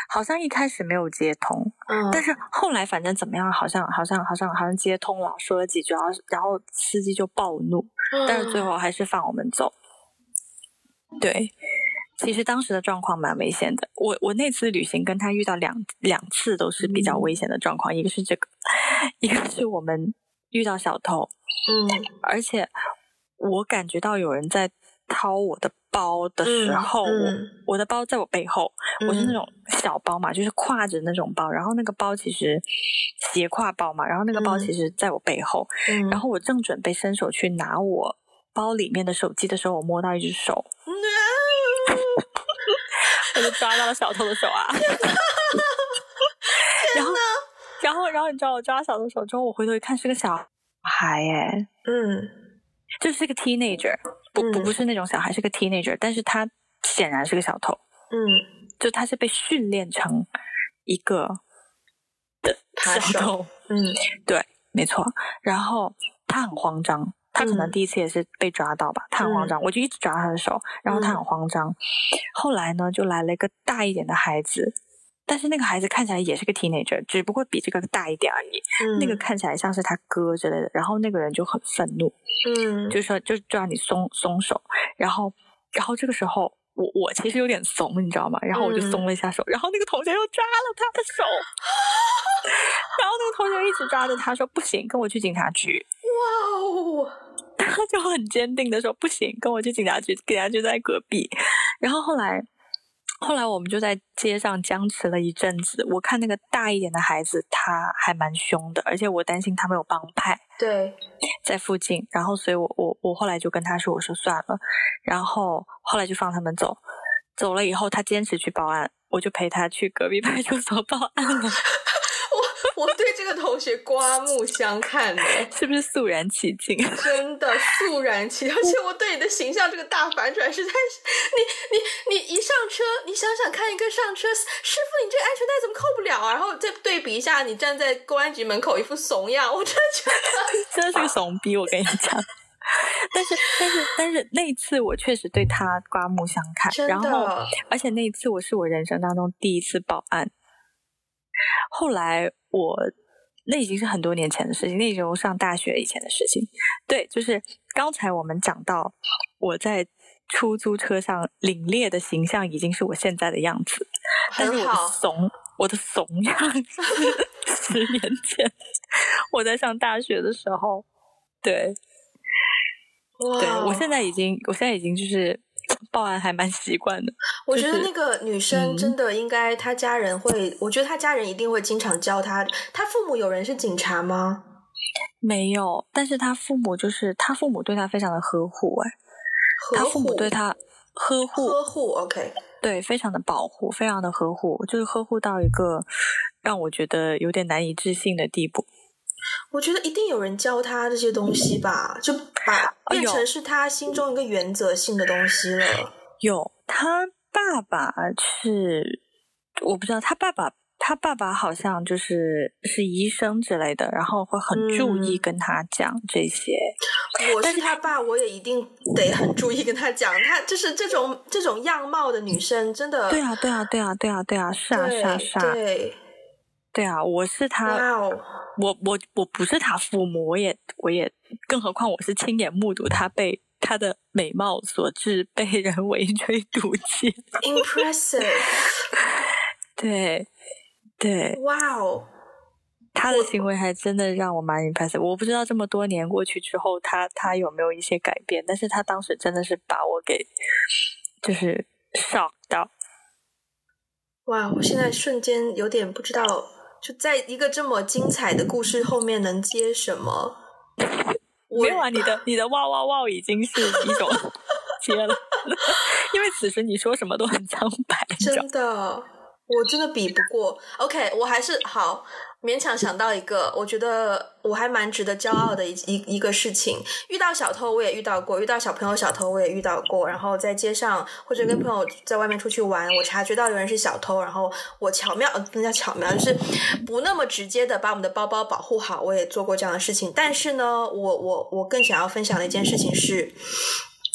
好像一开始没有接通， 嗯， 但是后来反正怎么样，好像好像好像好像接通了，说了几句，然后然后司机就暴怒， 嗯但是最后还是放我们走。对，其实当时的状况蛮危险的。我我那次旅行跟他遇到两两次都是比较危险的状况，嗯、一个是这个，一个是我们遇到小偷， 嗯，而且我感觉到有人在掏我的包的时候， 嗯嗯、 我我的包在我背后，嗯、我是那种小包嘛，就是挎着那种包，然后那个包其实斜挎包嘛，然后那个包其实在我背后，嗯、然后我正准备伸手去拿我包里面的手机的时候，我摸到一只手，我就抓到了小偷的手啊！然后，然后，然后你知道我抓小偷手之后，我回头一看是个小孩耶， 嗯， 就是个 teenager， 不不不是那种小孩，是个 teenager， 但是他显然是个小偷， 嗯， 就他是被训练成一个的小偷， 嗯， 对，没错。然后他很慌张。他可能第一次也是被抓到吧，嗯、他很慌张，我就一直抓他的手，然后他很慌张。嗯、后来呢，就来了一个大一点的孩子，但是那个孩子看起来也是个 teenager， 只不过比这个大一点而已。嗯、那个看起来像是他哥之类的，然后那个人就很愤怒，嗯，就说就就让你松松手，然后然后这个时候我我其实有点怂，你知道吗？然后我就松了一下手，嗯、然后那个同学又抓了他的手，然后那个同学一直抓着他说不行，跟我去警察局。 哇哦！ 他就很坚定的说不行，跟我去警察局，警察局在隔壁。然后后来后来我们就在街上僵持了一阵子，我看那个大一点的孩子他还蛮凶的，而且我担心他们有帮派对在附近，然后所以我我我后来就跟他说，我说算了，然后后来就放他们走，走了以后他坚持去报案，我就陪他去隔壁派出所报案了。 我我对这个同学刮目相看的， 是不是肃然起敬？ 真的肃然起敬，而且我对你的形象这个大反转实在是，你你你一上车，你想想看，一个上车，师傅你这个安全带怎么扣不了啊？然后再对比一下你站在公安局门口一副怂样，我真的觉得真的是个怂逼，我跟你讲。但是但是但是那一次我确实对他刮目相看， 真的， 然后而且那一次我是我人生当中第一次报案。后来我那已经是很多年前的事情，那已经是上大学以前的事情。对，就是刚才我们讲到我在出租车上凛冽的形象已经是我现在的样子，但是我的怂我的怂样是十年前我在上大学的时候。对对，我现在已经我现在已经就是报案还蛮习惯的。 我觉得那个女生真的应该，她家人会，嗯、我觉得她家人一定会经常教她。她父母有人是警察吗？ 没有，但是她父母就是她父母对她非常的呵护，哎，她父母对她呵护呵护 ，OK， 对，非常的保护，非常的呵护，就是呵护到一个让我觉得有点难以置信的地步。 我觉得一定有人教他这些东西吧，就把变成是他心中一个原则性的东西了。 有，他爸爸是我不知道，他爸爸他爸爸好像就是是医生之类的，然后会很注意跟他讲这些。 嗯、我是他爸，我也一定得很注意跟他讲。他就是这种这种样貌的女生，真的。 对啊，对啊，对啊，对啊，对啊，是啊，是啊，是啊， 对。 对啊，我是他， wow. 我我我不是他父母，我也我也，更何况我是亲眼目睹他被他的美貌所致，被人围追堵截。 Impressive。 对对， 哇哦， 他的行为还真的让我蛮 impressive。我不知道这么多年过去之后，他他有没有一些改变，但是他当时真的是把我给就是 shock 到。 哇，我现在瞬间有点不知道。就在一个这么精彩的故事后面能接什么？ 没有啊，你的你的哇哇哇已经是一种接了，因为此时你说什么都很苍白。 真的，我真的比不过。OK， 我还是好勉强想到一个，我觉得我还蛮值得骄傲的一一一个事情。遇到小偷我也遇到过，遇到小朋友小偷我也遇到过，然后在街上或者跟朋友在外面出去玩，我察觉到有人是小偷，然后我巧妙不叫巧妙，就是不那么直接的把我们的包包保护好，我也做过这样的事情。但是呢，我我我更想要分享的一件事情是，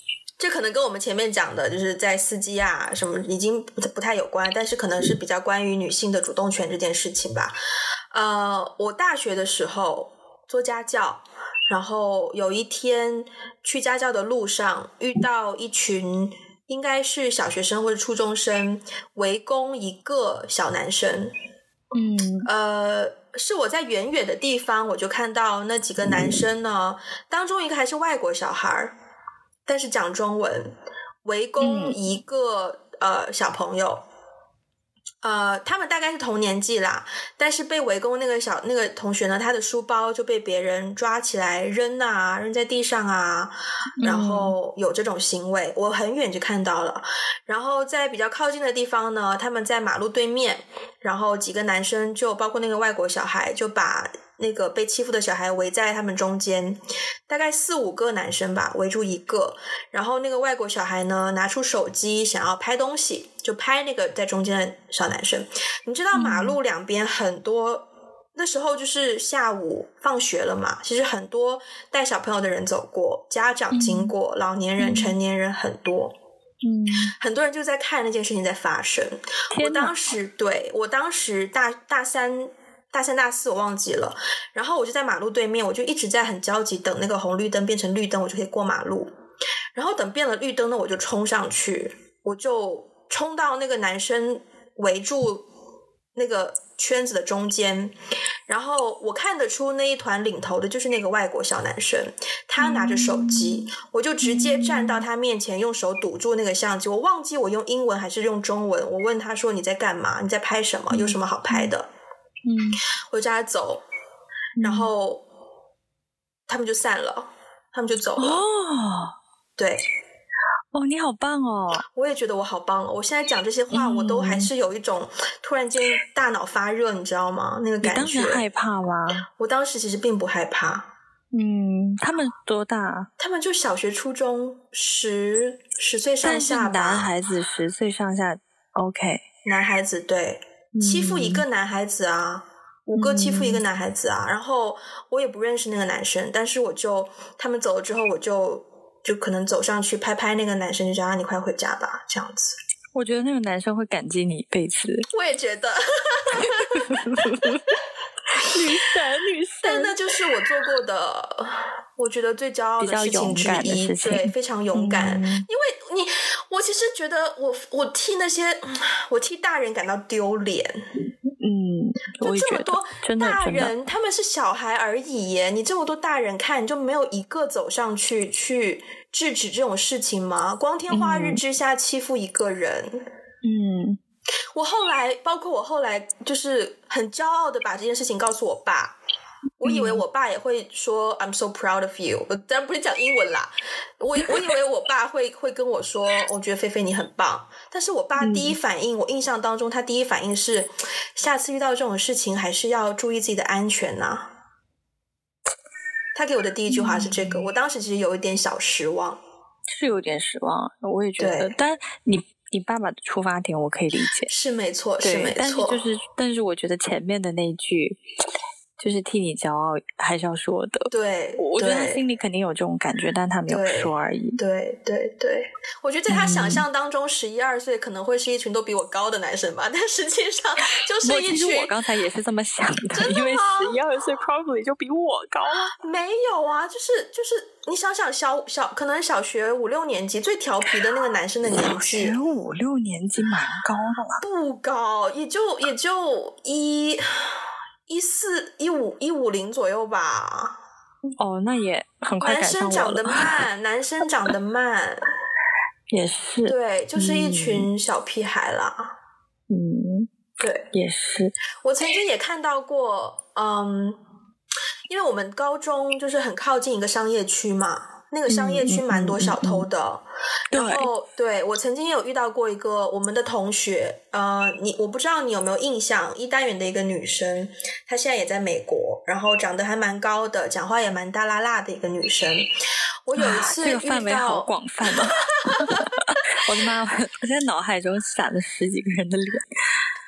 这可能跟我们前面讲的就是在司机啊什么已经不不太有关，但是可能是比较关于女性的主动权这件事情吧。呃，我大学的时候做家教，然后有一天去家教的路上遇到一群应该是小学生或者初中生围攻一个小男生。 嗯， 呃，是我在远远的地方我就看到那几个男生呢，当中一个还是外国小孩，但是讲中文，围攻一个、嗯、呃小朋友。呃，他们大概是同年纪啦，但是被围攻那个小那个同学呢，他的书包就被别人抓起来扔啊，扔在地上啊，然后有这种行为，我很远就看到了。然后在比较靠近的地方呢，他们在马路对面，然后几个男生就包括那个外国小孩，就把那个被欺负的小孩围在他们中间，大概四五个男生吧，围住一个，然后那个外国小孩呢拿出手机想要拍东西，就拍那个在中间的小男生。你知道马路两边很多、嗯、那时候就是下午放学了嘛，其实很多带小朋友的人走过，家长经过、嗯、老年人、嗯、成年人很多， 嗯， 很多人就在看那件事情在发生。我当时对我当时大大三大三大四我忘记了，然后我就在马路对面，我就一直在很焦急等那个红绿灯变成绿灯，我就可以过马路。然后等变了绿灯呢，我就冲上去，我就冲到那个男生围住那个圈子的中间，然后我看得出那一团领头的就是那个外国小男生，他拿着手机、嗯、我就直接站到他面前，用手堵住那个相机，我忘记我用英文还是用中文，我问他说你在干嘛，你在拍什么，有什么好拍的。 嗯， 我就叫他走，然后他们就散了，他们就走了。 哦， 对， 哦，你好棒哦！ 我也觉得我好棒哦！我现在讲这些话，我都还是有一种突然间大脑发热，你知道吗？那个感觉。 你当时害怕吗？ 我当时其实并不害怕。 嗯，他们多大？ 他们就小学、初中，十十岁上下吧。 但是男孩子十岁上下 ，OK。 男孩子对。欺负一个男孩子啊、嗯、五个欺负一个男孩子啊、嗯、然后我也不认识那个男生，但是我就他们走了之后，我就就可能走上去拍拍那个男生，就叫他你快回家吧，这样子。 我觉得那个男生会感激你一辈子。 我也觉得女神女神， 但那就是我做过的我觉得最骄傲的事情之一，对，非常勇敢、嗯、因为你我其实觉得我我替那些我替大人感到丢脸。 嗯， 就这么多大人，他们是小孩而已耶，你这么多大人看，你就没有一个走上去去制止这种事情吗？光天化日之下欺负一个人。 嗯， 我后来包括我后来就是很骄傲的把这件事情告诉我爸，我以为我爸也会说 I'm so proud of you， 我当然不是讲英文啦，我我以为我爸会会跟我说我觉得菲菲你很棒，但是我爸第一反应、嗯、我印象当中他第一反应是下次遇到这种事情还是要注意自己的安全啊，他给我的第一句话是这个、嗯、我当时其实有一点小失望， 是有点失望，我也觉得，但你你爸爸的出发点我可以理解， 是没错是没错， 但是就是但是我觉得前面的那一句就是替你骄傲还是要说的， 对， 我觉得他心里肯定有这种感觉，但他没有说而已。 对对对，我觉得在他想象当中十一二岁可能会是一群都比我高的男生吧，但实际上就是一群， 其实我刚才也是这么想的， 真的吗？ 因为十一二岁 probably 就比我高啊。 没有啊，就是就是你想想小小可能小学五六年级最调皮的那个男生的年纪， 小学五六年级蛮高的啦， 不高，也就也就一一四一五一五零左右吧。 哦，那也很快赶上我了。男生长得慢， 男生长得慢， 也是。 对，就是一群小屁孩啦。 嗯， 对， 也是。 我曾经也看到过，嗯，因为我们高中就是很靠近一个商业区嘛。那个商业区蛮多小偷的， 嗯嗯嗯嗯、 然后 对, 对我曾经有遇到过一个我们的同学，呃，你我不知道你有没有印象，一单元的一个女生，她现在也在美国，然后长得还蛮高的，讲话也蛮大啦啦的一个女生。我有一次遇到、啊、 这个范围好广泛啊！我的妈，我在脑海中闪了十几个人的脸。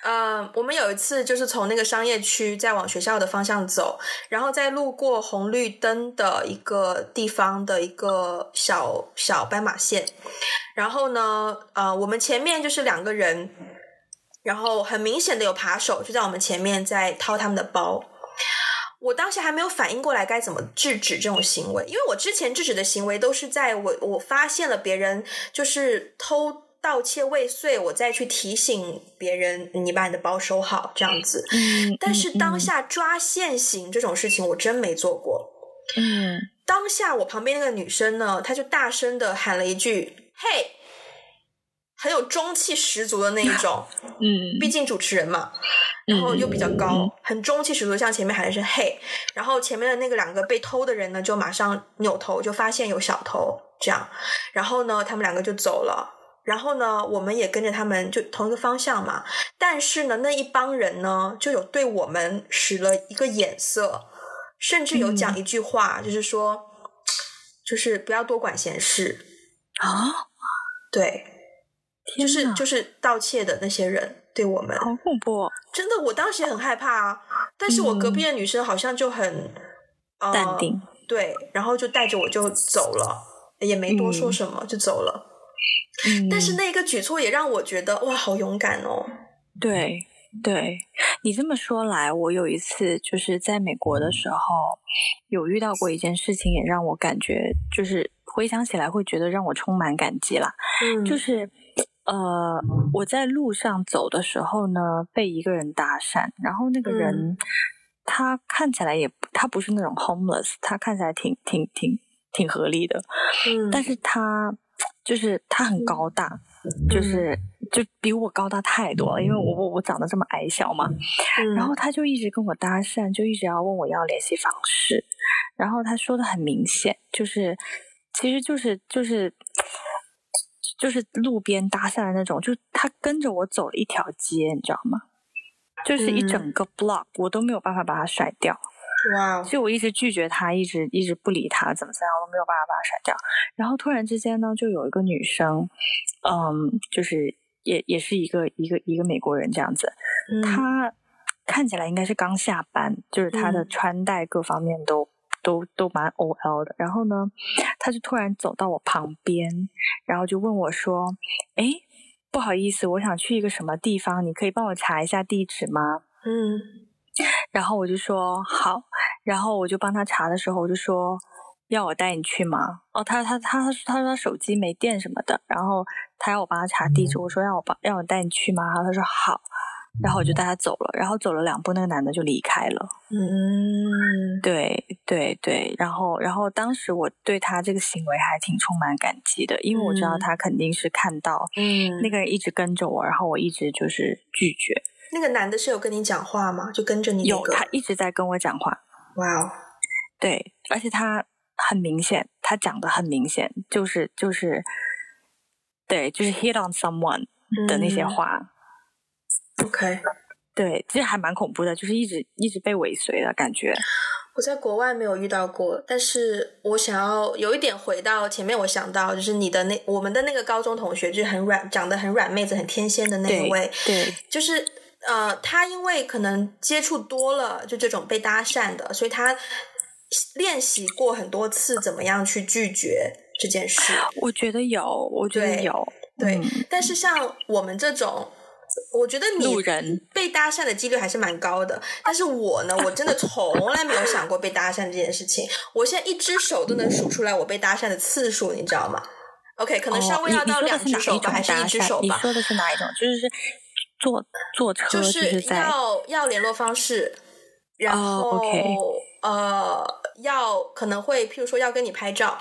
呃，我们有一次就是从那个商业区再往学校的方向走，然后在路过红绿灯的一个地方的一个小小斑马线，然后呢，呃，我们前面就是两个人，然后很明显的有扒手就在我们前面在掏他们的包。我当时还没有反应过来该怎么制止这种行为，因为我之前制止的行为都是在我我发现了别人就是偷盗窃未遂，我再去提醒别人你把你的包收好这样子。 嗯， 但是当下抓现行这种事情我真没做过。 嗯， 当下我旁边那个女生呢，她就大声的喊了一句嘿，很有中气十足的那一种。 嗯， 毕竟主持人嘛，然后又比较高， 嗯、 很中气十足，向前面喊一声嘿，然后前面的那个两个被偷的人呢就马上扭头就发现有小偷这样，然后呢他们两个就走了，然后呢我们也跟着他们就同一个方向嘛，但是呢那一帮人呢就有对我们使了一个眼色，甚至有讲一句话、嗯、就是说就是不要多管闲事啊， 对，就是就是盗窃的那些人对我们好恐怖、哦、 真的我当时也很害怕啊，但是我隔壁的女生好像就很、 嗯呃、淡定， 对，然后就带着我就走了，也没多说什么、嗯、就走了、嗯、但是那个举措也让我觉得哇好勇敢哦。 对对，你这么说来，我有一次就是在美国的时候有遇到过一件事情，也让我感觉就是回想起来会觉得让我充满感激啦。嗯，就是呃，我在路上走的时候呢，被一个人搭讪，然后那个人、嗯、他看起来也他不是那种 homeless， 他看起来挺挺挺挺合理的，嗯，但是他就是他很高大，嗯、就是就比我高大太多了，因为我我我长得这么矮小嘛、嗯，然后他就一直跟我搭讪，就一直要问我要联系方式，然后他说的很明显，就是其实就是就是就是路边搭讪的那种，就他跟着我走了一条街，你知道吗？就是一整个 block、嗯、我都没有办法把他甩掉。 哇！ 所以我一直拒绝他，一直一直不理他，怎么怎么样，我都没有办法把他甩掉。然后突然之间呢，就有一个女生，嗯，就是也也是一个一个一个美国人这样子，嗯、她看起来应该是刚下班，就是她的穿戴各方面都、嗯、都都蛮 O L 的。然后呢，她就突然走到我旁边，然后就问我说：“哎，不好意思，我想去一个什么地方，你可以帮我查一下地址吗？” 嗯。 然后我就说好，然后我就帮他查的时候，我就说要我带你去吗？哦，他他他他他说他手机没电什么的，然后他要我帮他查地址，我说要我帮要我带你去吗？然后他说好，然后我就带他走了，然后走了两步，那个男的就离开了。 嗯， 对对对，然后然后当时我对他这个行为还挺充满感激的，因为我知道他肯定是看到嗯那个人一直跟着我，然后我一直就是拒绝。 那个男的是有跟你讲话吗？就跟着你、那个、 有，他一直在跟我讲话。 哇哦， 对，而且他很明显，他讲的很明显，就是就是对，就是 hit on someone 的那些话。 嗯、OK， 对，其实还蛮恐怖的，就是一直一直被尾随的感觉。 我在国外没有遇到过，但是我想要有一点回到前面，我想到就是你的那我们的那个高中同学，就是很软，长得很软妹子，很天仙的那一位， 对，对就是呃，他因为可能接触多了，就这种被搭讪的，所以他练习过很多次怎么样去拒绝这件事。 我觉得有，我觉得有， 对。对嗯、但是像我们这种。我觉得你被搭讪的几率还是蛮高的，但是我呢，我真的从来没有想过被搭讪这件事情。我现在一只手都能数出来我被搭讪的次数，你知道吗 ？OK， 可能稍微要到两只手吧，哦、还是一只手吧？ 你说的是哪一种？就是坐坐车， 就是在要要联络方式，然后、 oh, okay. 呃，要可能会譬如说要跟你拍照。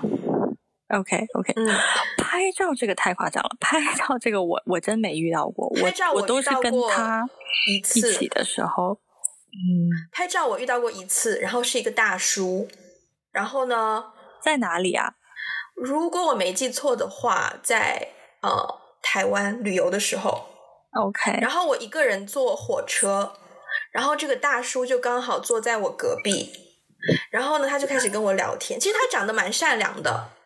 OK OK， 嗯， 拍照这个太夸张了，拍照这个我我真没遇到过， 拍照我我都是跟他一次一起的时候，嗯， 拍照我遇到过一次，然后是一个大叔，然后呢， 在哪里啊？ 如果我没记错的话，在呃台湾旅游的时候 ，OK， 然后我一个人坐火车，然后这个大叔就刚好坐在我隔壁，然后呢，他就开始跟我聊天，其实他长得蛮善良的。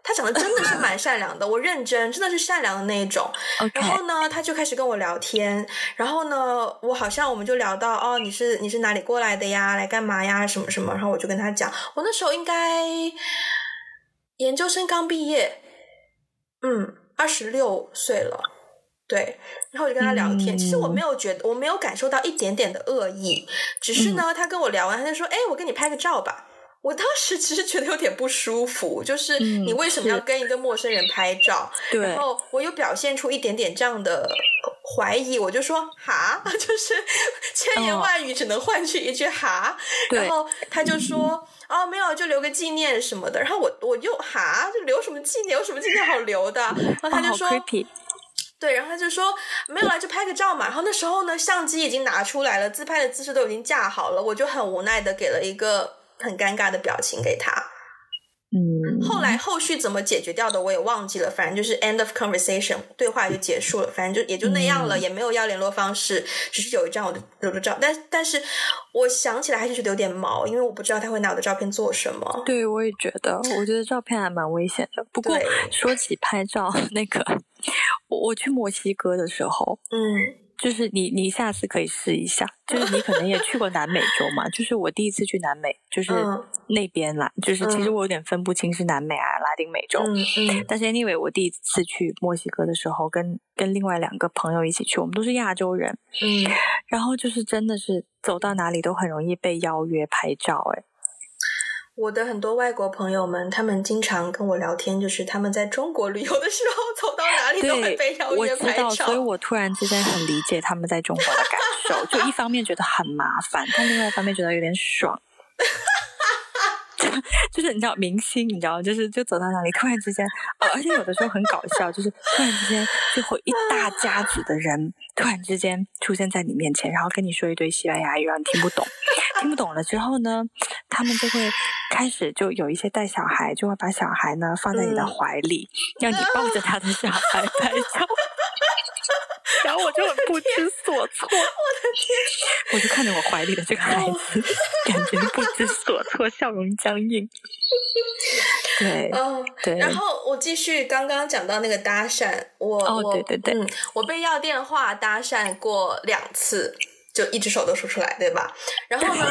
他长得真的是蛮善良的，我认真，真的是善良的那一种。 Okay. 然后呢，他就开始跟我聊天，然后呢，我好像我们就聊到哦，你是你是哪里过来的呀？来干嘛呀？什么什么？然后我就跟他讲，我那时候应该研究生刚毕业，嗯，二十六岁了。对，然后我就跟他聊天、嗯、其实我没有觉得我没有感受到一点点的恶意，只是呢、嗯、他跟我聊完他就说，哎，我跟你拍个照吧。我当时其实觉得有点不舒服，就是你为什么要跟一个陌生人拍照、嗯、然后我有表现出一点点这样的怀疑，我就说哈，就是千言万语只能换取一句哈、哦、然后他就说哦没有，就留个纪念什么的，然后我我又哈，就留什么纪念，有什么纪念好留的，然后他就说、 哦对，然后他就说没有啦，就拍个照嘛。然后那时候呢，相机已经拿出来了，自拍的姿势都已经架好了，我就很无奈的给了一个很尴尬的表情给他。 嗯， 后来后续怎么解决掉的我也忘记了，反正就是 end of conversation， 对话就结束了，反正就也就那样了、嗯、也没有要联络方式，只是有一张我的留着照，但但是我想起来还是觉得有点毛，因为我不知道他会拿我的照片做什么。 对，我也觉得我觉得照片还蛮危险的。不过说起拍照那个我我去墨西哥的时候， 嗯， 就是你你下次可以试一下，就是你可能也去过南美洲嘛，就是我第一次去南美，就是那边啦、嗯、就是其实我有点分不清是南美啊拉丁美洲、 嗯嗯、 但是 anyway 我第一次去墨西哥的时候跟跟另外两个朋友一起去，我们都是亚洲人， 嗯， 然后就是真的是走到哪里都很容易被邀约拍照。诶我的很多外国朋友们，他们经常跟我聊天，就是他们在中国旅游的时候走到哪里都会被邀约拍照。 我知道，所以我突然之间很理解他们在中国的感受，就一方面觉得很麻烦，但另外一方面觉得有点爽。就是你知道明星你知道就是就走到哪里突然之间、呃、而且有的时候很搞笑，就是突然之间就会一大家子的人突然之间出现在你面前，然后跟你说一堆西班牙语，让你听不懂听不懂了之后呢，他们就会开始就有一些带小孩就会把小孩呢放在你的怀里、嗯、让你抱着他的小孩拍照然后我就很不知所措，我的天， 我就看着我怀里的这个孩子、哦、感觉不知所措，笑容僵硬。对、 哦、对。然后我继续刚刚讲到那个搭讪，我哦对对对、 嗯，我被要电话搭讪过两次，就一只手都数出来，对吧？然后呢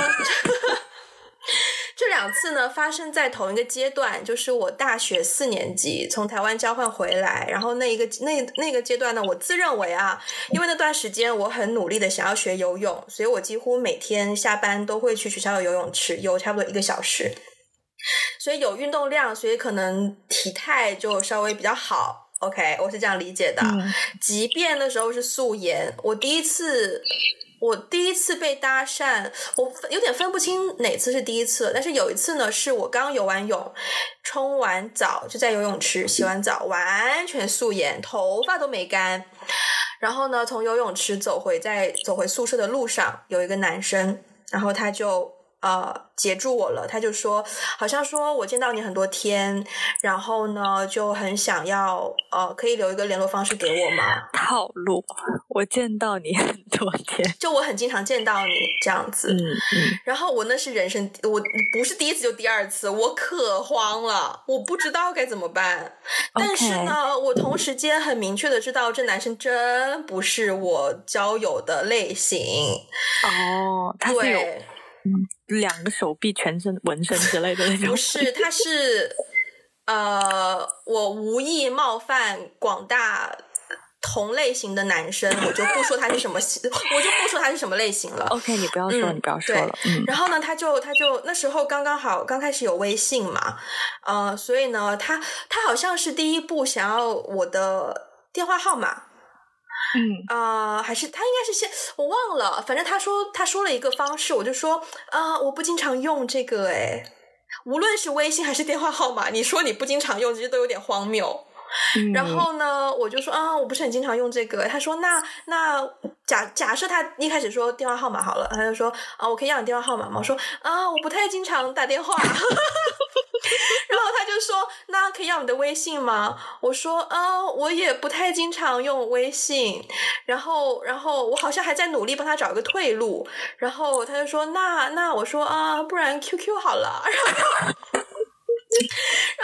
这两次呢发生在同一个阶段，就是我大学四年级从台湾交换回来，然后那一个那那个阶段呢，我自认为啊，因为那段时间我很努力的想要学游泳，所以我几乎每天下班都会去学校的游泳池游差不多一个小时，所以有运动量，所以可能体态就稍微比较好。OK， 我是这样理解的、嗯、即便那时候是素颜，我第一次我第一次被搭讪，我有点分不清哪次是第一次，但是有一次呢，是我刚游完泳，冲完澡就在游泳池洗完澡，完全素颜，头发都没干。然后呢，从游泳池走回在走回宿舍的路上，有一个男生，然后他就呃截住我了，他就说好像说我见到你很多天，然后呢就很想要呃可以留一个联络方式给我吗？ 套路，我见到你很多天， 就我很经常见到你这样子。 嗯嗯。 然后我那是人生，我不是第一次就第二次，我可慌了，我不知道该怎么办。但是呢、okay. 我同时间很明确的知道这男生真不是我交友的类型。 哦，他是有嗯，两个手臂全身纹身之类的那种。 不是，他是呃，我无意冒犯广大同类型的男生，我就不说他是什么，我就不说他是什么类型了。 OK， 你不要说，嗯、你不要说了。嗯。 然后呢，他就他就那时候刚刚好刚开始有微信嘛，呃，所以呢，他他好像是第一步想要我的电话号码。 嗯， 呃，还是他应该是先我忘了，反正他说他说了一个方式，我就说啊、呃，我不经常用这个，诶，无论是微信还是电话号码，你说你不经常用，其实都有点荒谬。 嗯、 然后呢，我就说啊，我不是很经常用这个。他说那那假假设他一开始说电话号码好了，他就说啊，我可以要你电话号码吗？我说啊，我不太经常打电话。然后他就说那可以要你的微信吗？我说啊，我也不太经常用微信。然后然后我好像还在努力帮他找一个退路。然后他就说那那我说啊，不然 Q Q 好了。然后然后我就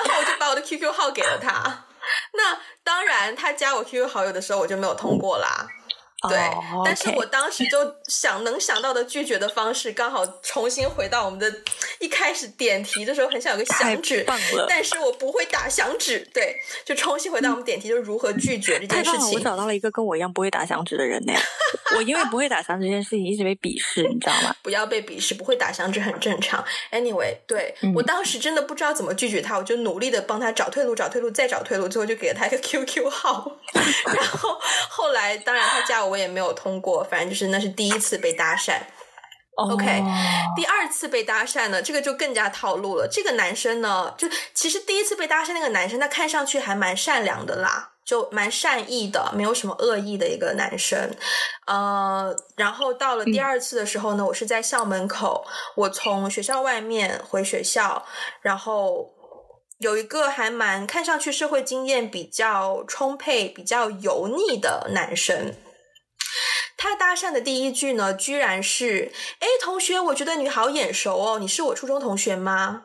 把我的 Q Q 号给了他。那当然他加我 Q Q 好友的时候我就没有通过啦。对、oh, okay. 但是我当时就想能想到的拒绝的方式刚好重新回到我们的一开始点题的时候很想有个响指，但是我不会打响指，对，就重新回到我们点题，就是如何拒绝这件事情。太棒了， 我找到了一个跟我一样不会打响指的人呢。我因为不会打响指这件事情一直被鄙视，你知道吗？ 不要被鄙视，不会打响指很正常。Anyway， 对、嗯、我当时真的不知道怎么拒绝他，我就努力的帮他找退路找退路再找退路，最后就给了他一个 Q Q 号。然后后来当然他加我我也没有通过，反正就是那是第一次被搭讪。OK， 第二次被搭讪呢，这个就更加套路了。这个男生呢，就其实第一次被搭讪那个男生，他看上去还蛮善良的啦，就蛮善意的，没有什么恶意的一个男生。呃，然后到了第二次的时候呢，嗯、我是在校门口，我从学校外面回学校，然后有一个还蛮看上去社会经验比较充沛、比较油腻的男生。他搭讪的第一句呢，居然是：诶，同学，我觉得你好眼熟哦，你是我初中同学吗？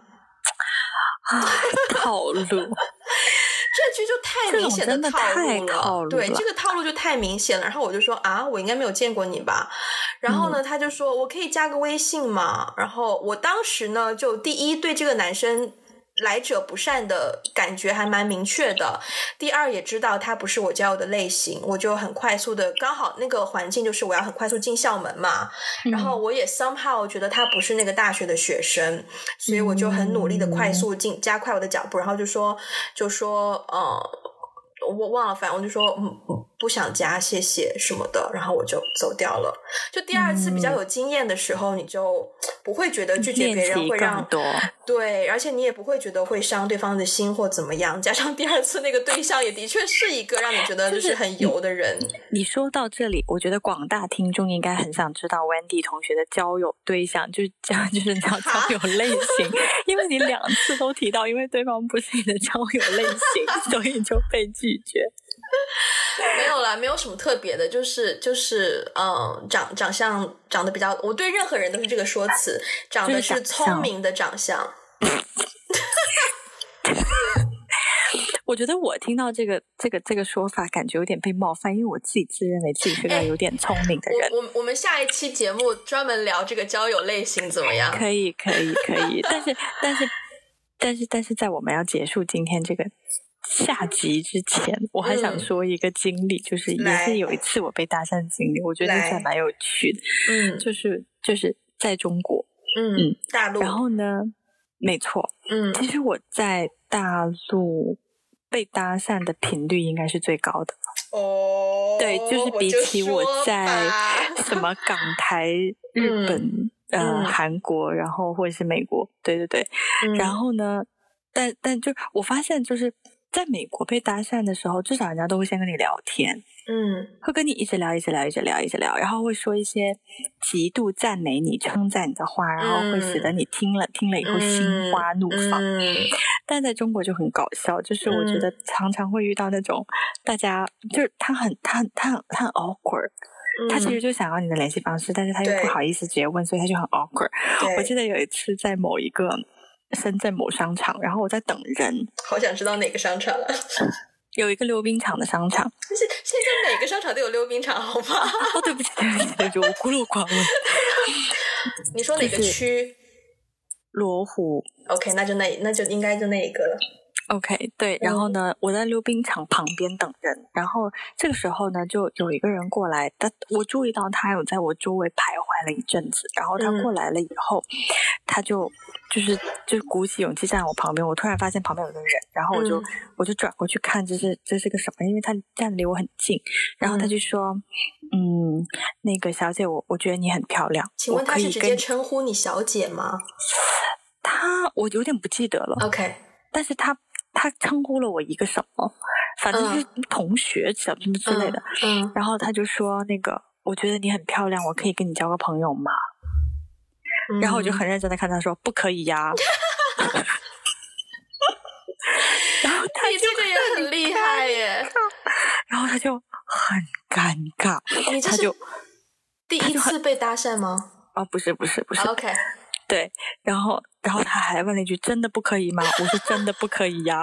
套路，这句就太明显的套路了。 套路了对，这个套路就太明显了。然后我就说啊，我应该没有见过你吧？然后呢，嗯、他就说我可以加个微信吗？然后我当时呢，就第一对这个男生来者不善的感觉还蛮明确的，第二也知道他不是我交友的类型，我就很快速的，刚好那个环境就是我要很快速进校门嘛、嗯、然后我也 somehow 觉得他不是那个大学的学生，所以我就很努力的快速进加快我的脚步，然后就说就说呃我忘了，反正我就说嗯不想加谢谢什么的，然后我就走掉了。就第二次比较有经验的时候、嗯、你就不会觉得拒绝别人会让对，而且你也不会觉得会伤对方的心或怎么样，加上第二次那个对象也的确是一个让你觉得就是很油的人、 就是、你, 你说到这里，我觉得广大听众应该很想知道 Wendy 同学的交友对象就是这样，就是你要交友类型因为你两次都提到因为对方不是你的交友类型所以就被拒绝。 没有啦，没有什么特别的，就是就是嗯，长长相长得比较，我对任何人都是这个说辞，长得是聪明的长相。 我觉得我听到这个这个这个说法，感觉有点被冒犯，因为我自己自认为自己是个有点聪明的人。 我我我们下一期节目专门聊这个交友类型怎么样？ 可以可以可以，但是但是但是但是在我们要结束今天这个下集之前，我还想说一个经历、嗯、就是也是有一次我被搭讪经历，我觉得这还蛮有趣的。嗯，就是就是在中国， 嗯嗯，大陆。 然后呢，没错，嗯，其实我在大陆被搭讪的频率应该是最高的。 哦， 对，就是比起我在什么港台、日本、嗯、呃、嗯、韩国，然后或者是美国，对对对，嗯、然后呢，但但就我发现就是在美国被搭讪的时候，至少人家都会先跟你聊天， 嗯， 会跟你一直聊一直聊一直聊一直聊，然后会说一些极度赞美你称赞你的话，然后会使得你听了、嗯、听了以后心花怒放、嗯嗯、但在中国就很搞笑，就是我觉得常常会遇到那种大家就是他很他很他很他很 awkward，他其实就想要你的联系方式，但是他又不好意思直接问，所以他就很 awkward。我记得有一次在某一个深圳某商场，然后我在等人， 好想知道哪个商场了。 有一个溜冰场的商场， 现现在每个商场都有溜冰场，好吗？ 哦，对不起，对不起，对不起，我孤陋寡闻。 你说哪个区？就是、 罗湖。 OK， 那就那那就应该就那一个了。 OK， 对，然后呢、嗯、我在溜冰场旁边等人，然后这个时候呢就有一个人过来，他我注意到他有在我周围徘徊了一阵子，然后他过来了以后、嗯、他就就是就鼓起勇气站在我旁边，我突然发现旁边有个人，然后我就、嗯、我就转过去看这是这是个什么，因为他站得离我很近，然后他就说嗯, 嗯那个小姐，我我觉得你很漂亮。 请问他是直接称呼你小姐吗？ 他我有点不记得了。 OK， 但是他他称呼了我一个什么，反正是同学什么之类的、嗯嗯、然后他就说那个我觉得你很漂亮，我可以跟你交个朋友吗、嗯、然后我就很认真的看他说不可以呀然后他你这个也很厉害耶， 然后他就很尴尬。 你这是第一次被搭讪吗？ 哦，不是不是不是、 oh, OK， 对，然后然后他还问了一句真的不可以吗？我说真的不可以呀。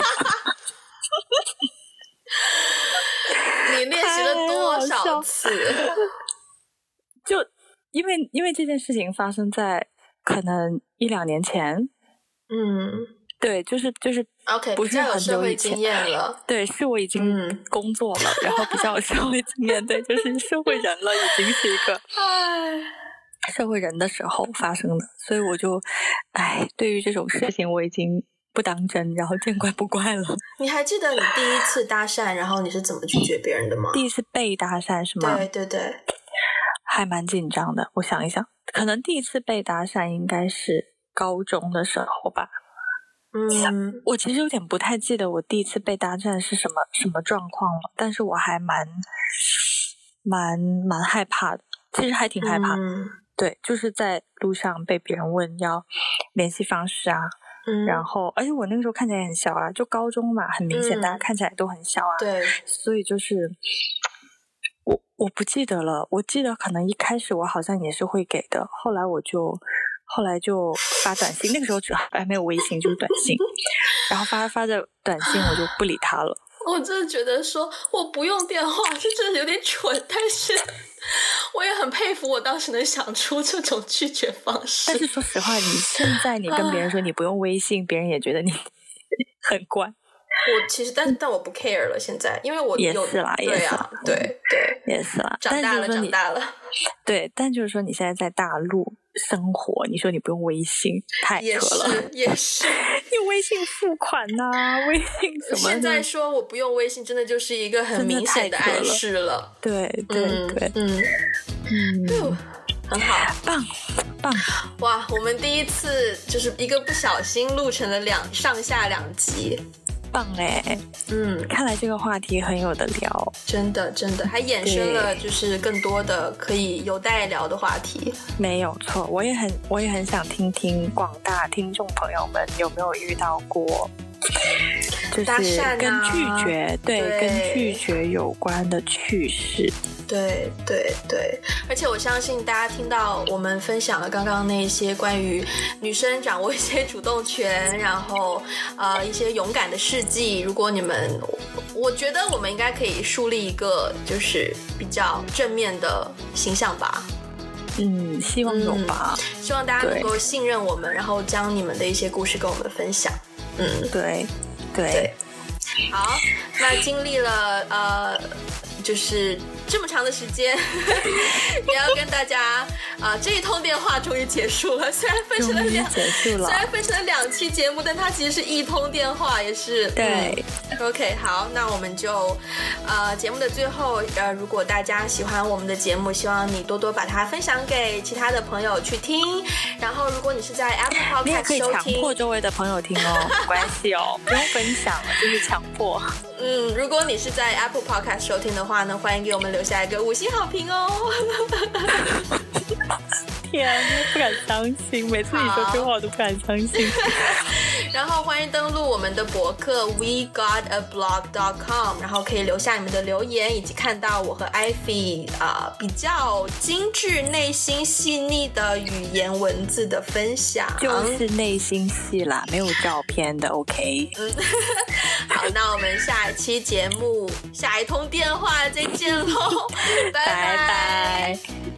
你练习了多少次？ 就因为因为这件事情发生在可能一两年前， 嗯， 对，就是就是 OK， 不是很久以前， 经验了， 对，是我已经工作了，嗯、然后比较有社会经验，对，就是社会人了，已经是一个社会人的时候发生的，所以我就，哎，对于这种事情我已经不当真，然后见怪不怪了。 你还记得你第一次搭讪，然后你是怎么拒绝别人的吗？ 第一次被搭讪是吗？ 对对对， 还蛮紧张的。我想一想，可能第一次被搭讪应该是高中的时候吧。 嗯， 我其实有点不太记得我第一次被搭讪是什么什么状况了，但是我还蛮蛮蛮害怕的，其实还挺害怕的。 嗯， 对，就是在路上被别人问要联系方式啊。嗯、然后而且我那个时候看起来很小啊，就高中嘛，很明显大家看起来都很小啊。 对， 所以就是我我不记得了，我记得可能一开始我好像也是会给的，后来我就后来就发短信，那个时候还没有微信，就是短信，然后发发着短信我就不理他了。 我真的觉得说我不用电话是真的有点蠢，但是我也很佩服我当时能想出这种拒绝方式。 但是说实话，你现在你跟别人说你不用微信，别人也觉得你很怪。 我其实但但我不 care 了，现在因为我有也是啦， 对啊，对对， 也是啦， 长大了，长大了。 对，但就是说你现在在大陆生活，你说你不用微信，太扯了。 也是，也是。 你微信付款呐、啊，微信什么的？ 现在说我不用微信，真的就是一个很明显的暗示了。 对对对， 嗯嗯嗯，很好， 棒棒！ 哇，我们第一次就是一个不小心录成了两上下两集。 棒嘞，嗯，看来这个话题很有的聊， 真的真的，还衍生了就是更多的可以有待聊的话题。 没有错，我也很我也很想听听广大听众朋友们有没有遇到过，就是跟拒绝、啊、对, 对跟拒绝有关的趣事。 对对对，而且我相信大家听到我们分享了刚刚那些关于女生掌握一些主动权，然后呃一些勇敢的事迹，如果你们，我觉得我们应该可以树立一个就是比较正面的形象吧。 嗯，希望有吧、 嗯、希望大家能够信任我们，然后将你们的一些故事跟我们分享。嗯， 对 对, 对好，那经历了呃就是这么长的时间也要跟大家啊、呃，这一通电话终于结束了，虽然分成了两结束了， 虽然分成了两期节目，但它其实是一通电话，也是对、 嗯、OK 好，那我们就呃节目的最后呃，如果大家喜欢我们的节目，希望你多多把它分享给其他的朋友去听，然后如果你是在 Apple Podcast 收听， 你也可以强迫周围的朋友听哦，没关系哦，不用分享了，就是强迫。 嗯，如果你是在 Apple Podcast 收听的话呢，欢迎给我们留下一个五星好评哦。 天，不敢相信，每次你说这话我都不敢相信。 然后欢迎登录我们的博客 we got a blog dot com， 然后可以留下你们的留言，以及看到我和 Ivy 啊、呃、比较精致、内心细腻的语言文字的分享， 就是内心戏啦，没有照片的 OK。 嗯，好，那我们下一期节目下一通电话再见喽，拜拜拜。